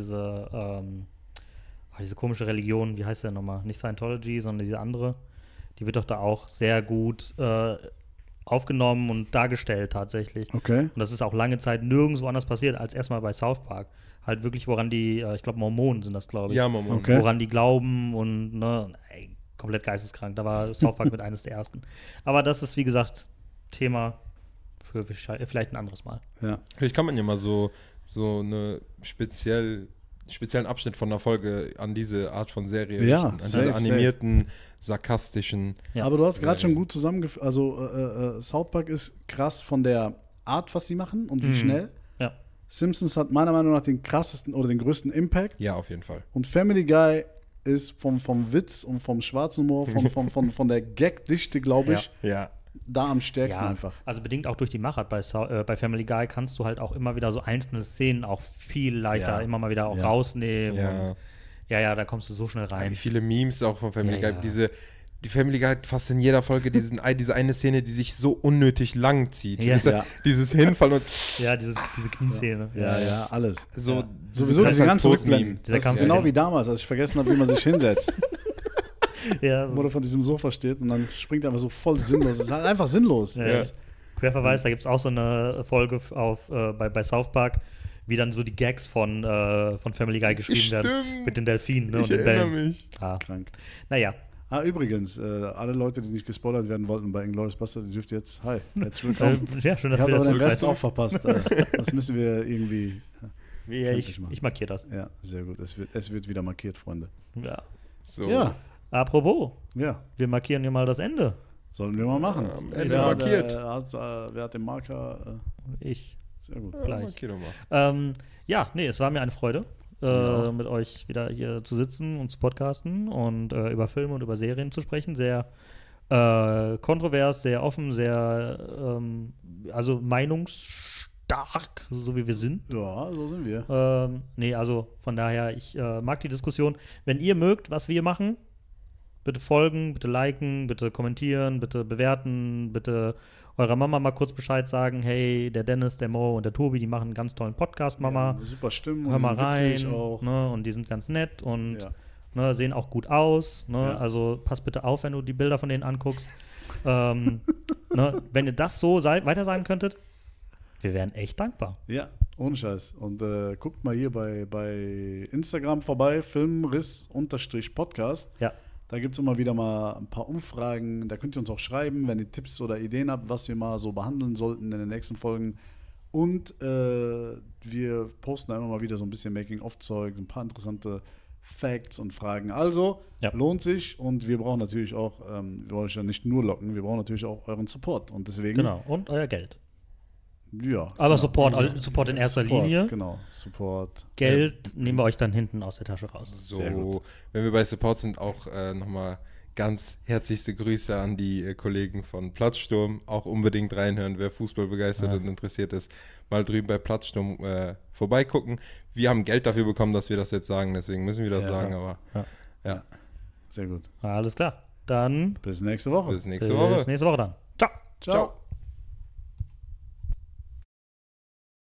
diese komische Religion, wie heißt der nochmal? Nicht Scientology, sondern diese andere. Die wird doch da auch sehr gut aufgenommen und dargestellt tatsächlich. Okay. Und das ist auch lange Zeit nirgendwo anders passiert, als erstmal bei South Park. Halt wirklich, woran die, ich glaube Mormonen sind das, glaube ich. Ja, Mormonen. Okay. Woran die glauben und, ne, ey, komplett geisteskrank. Da war South Park mit eines der ersten. Aber das ist, wie gesagt, Thema für vielleicht ein anderes Mal. Ja. Vielleicht kann man ja mal so eine speziellen Abschnitt von einer Folge an diese Art von Serie Ja, richten. An safe, diese animierten, sarkastischen. Ja. Aber du hast gerade Serien. schon gut zusammengeführt. Also, South Park ist krass von der Art, was sie machen und wie schnell. Ja. Simpsons hat meiner Meinung nach den krassesten oder den größten Impact. Ja, auf jeden Fall. Und Family Guy ist vom Witz und vom schwarzen Humor, von der Gag-Dichte, glaube ich, Ja. da am stärksten Ja, einfach. also bedingt auch durch die Machart bei Family Guy kannst du halt auch immer wieder so einzelne Szenen auch viel leichter Ja. immer mal wieder auch Ja. rausnehmen. Ja. Und ja, da kommst du so schnell Wie rein. viele Memes auch von Family Ja, Guy. ja. Die Family Guy hat fast in jeder Folge diese eine Szene, die sich so unnötig lang zieht. Ja. Ja. Dieses Hinfallen und Ja, diese Knieszene. Ja, alles. so. Ja. Sowieso Das ist diese halt ganze Tod-Meme. Rückblenden. Dieser Das ist Kampf- genau wie damals, als ich vergessen habe, wie man sich hinsetzt. Ja, Wo er von diesem Sofa steht und dann springt er einfach so voll sinnlos. Es ist halt einfach sinnlos. Ja. Das ist, Querverweis, da gibt es auch so eine Folge bei South Park, wie dann so die Gags von Family Guy geschrieben werden. Stimmt. Mit den Delfinen ne, Ich und den erinnere Wellen. mich. Ah. krank. Naja, Übrigens, alle Leute, die nicht gespoilert werden wollten bei Inglourious Basterds, die dürft jetzt, hi, herzlich willkommen. ja, schön, Ich dass habe du aber wieder den Rest zurück auch verpasst. Das müssen wir irgendwie. Ja, Könnte ich ich machen. markiere das. Ja, sehr gut. Es wird wieder markiert, Freunde. Ja. So. Ja, Apropos, ja. wir markieren hier mal das Ende. Sollen wir mal machen. Am Ende wer, markiert. wer hat den Marker? Ich. Sehr gut. Ja, Gleich. markier doch mal. Ja, nee, es war mir eine Freude, Ja. mit euch wieder hier zu sitzen und zu podcasten und über Filme und über Serien zu sprechen. Sehr kontrovers, sehr offen, sehr also meinungsstark, so wie wir sind. Ja, so sind wir. Nee, also von daher, ich mag die Diskussion. Wenn ihr mögt, was wir machen, bitte folgen, bitte liken, bitte kommentieren, bitte bewerten, bitte eurer Mama mal kurz Bescheid sagen, hey, der Dennis, der Mo und der Tobi, die machen einen ganz tollen Podcast, Mama. Ja, super Stimmung. Hör mal die sind rein, witzig auch. ne, und die sind ganz nett und Ja. ne, sehen auch gut aus. Ne, Ja. Also pass bitte auf, wenn du die Bilder von denen anguckst. Ne, wenn ihr das so weiter sagen könntet, wir wären echt dankbar. Ja, ohne Scheiß. Und guckt mal hier bei Instagram vorbei, Filmriss_Podcast. Ja. Da gibt es immer wieder mal ein paar Umfragen. Da könnt ihr uns auch schreiben, wenn ihr Tipps oder Ideen habt, was wir mal so behandeln sollten in den nächsten Folgen. Und wir posten da immer mal wieder so ein bisschen Making-of-Zeug, ein paar interessante Facts und Fragen. Also, Ja. lohnt sich. Und wir brauchen natürlich auch, wir wollen euch ja nicht nur locken, wir brauchen natürlich auch euren Support. Und deswegen, Genau. Und euer Geld. ja. Aber genau. Support in erster Support, Linie. Genau, Support. Geld nehmen wir euch dann hinten aus der Tasche raus. Sehr So, gut. wenn wir bei Support sind, auch nochmal ganz herzlichste Grüße an die Kollegen von Platzsturm. Auch unbedingt reinhören, wer Fußball begeistert und interessiert ist. Mal drüben bei Platzsturm vorbeigucken. Wir haben Geld dafür bekommen, dass wir das jetzt sagen, deswegen müssen wir das Ja. sagen, aber ja. Sehr gut. Alles klar. Dann Bis nächste Woche. Bis nächste Woche. Bis nächste Woche dann. Ciao. Ciao.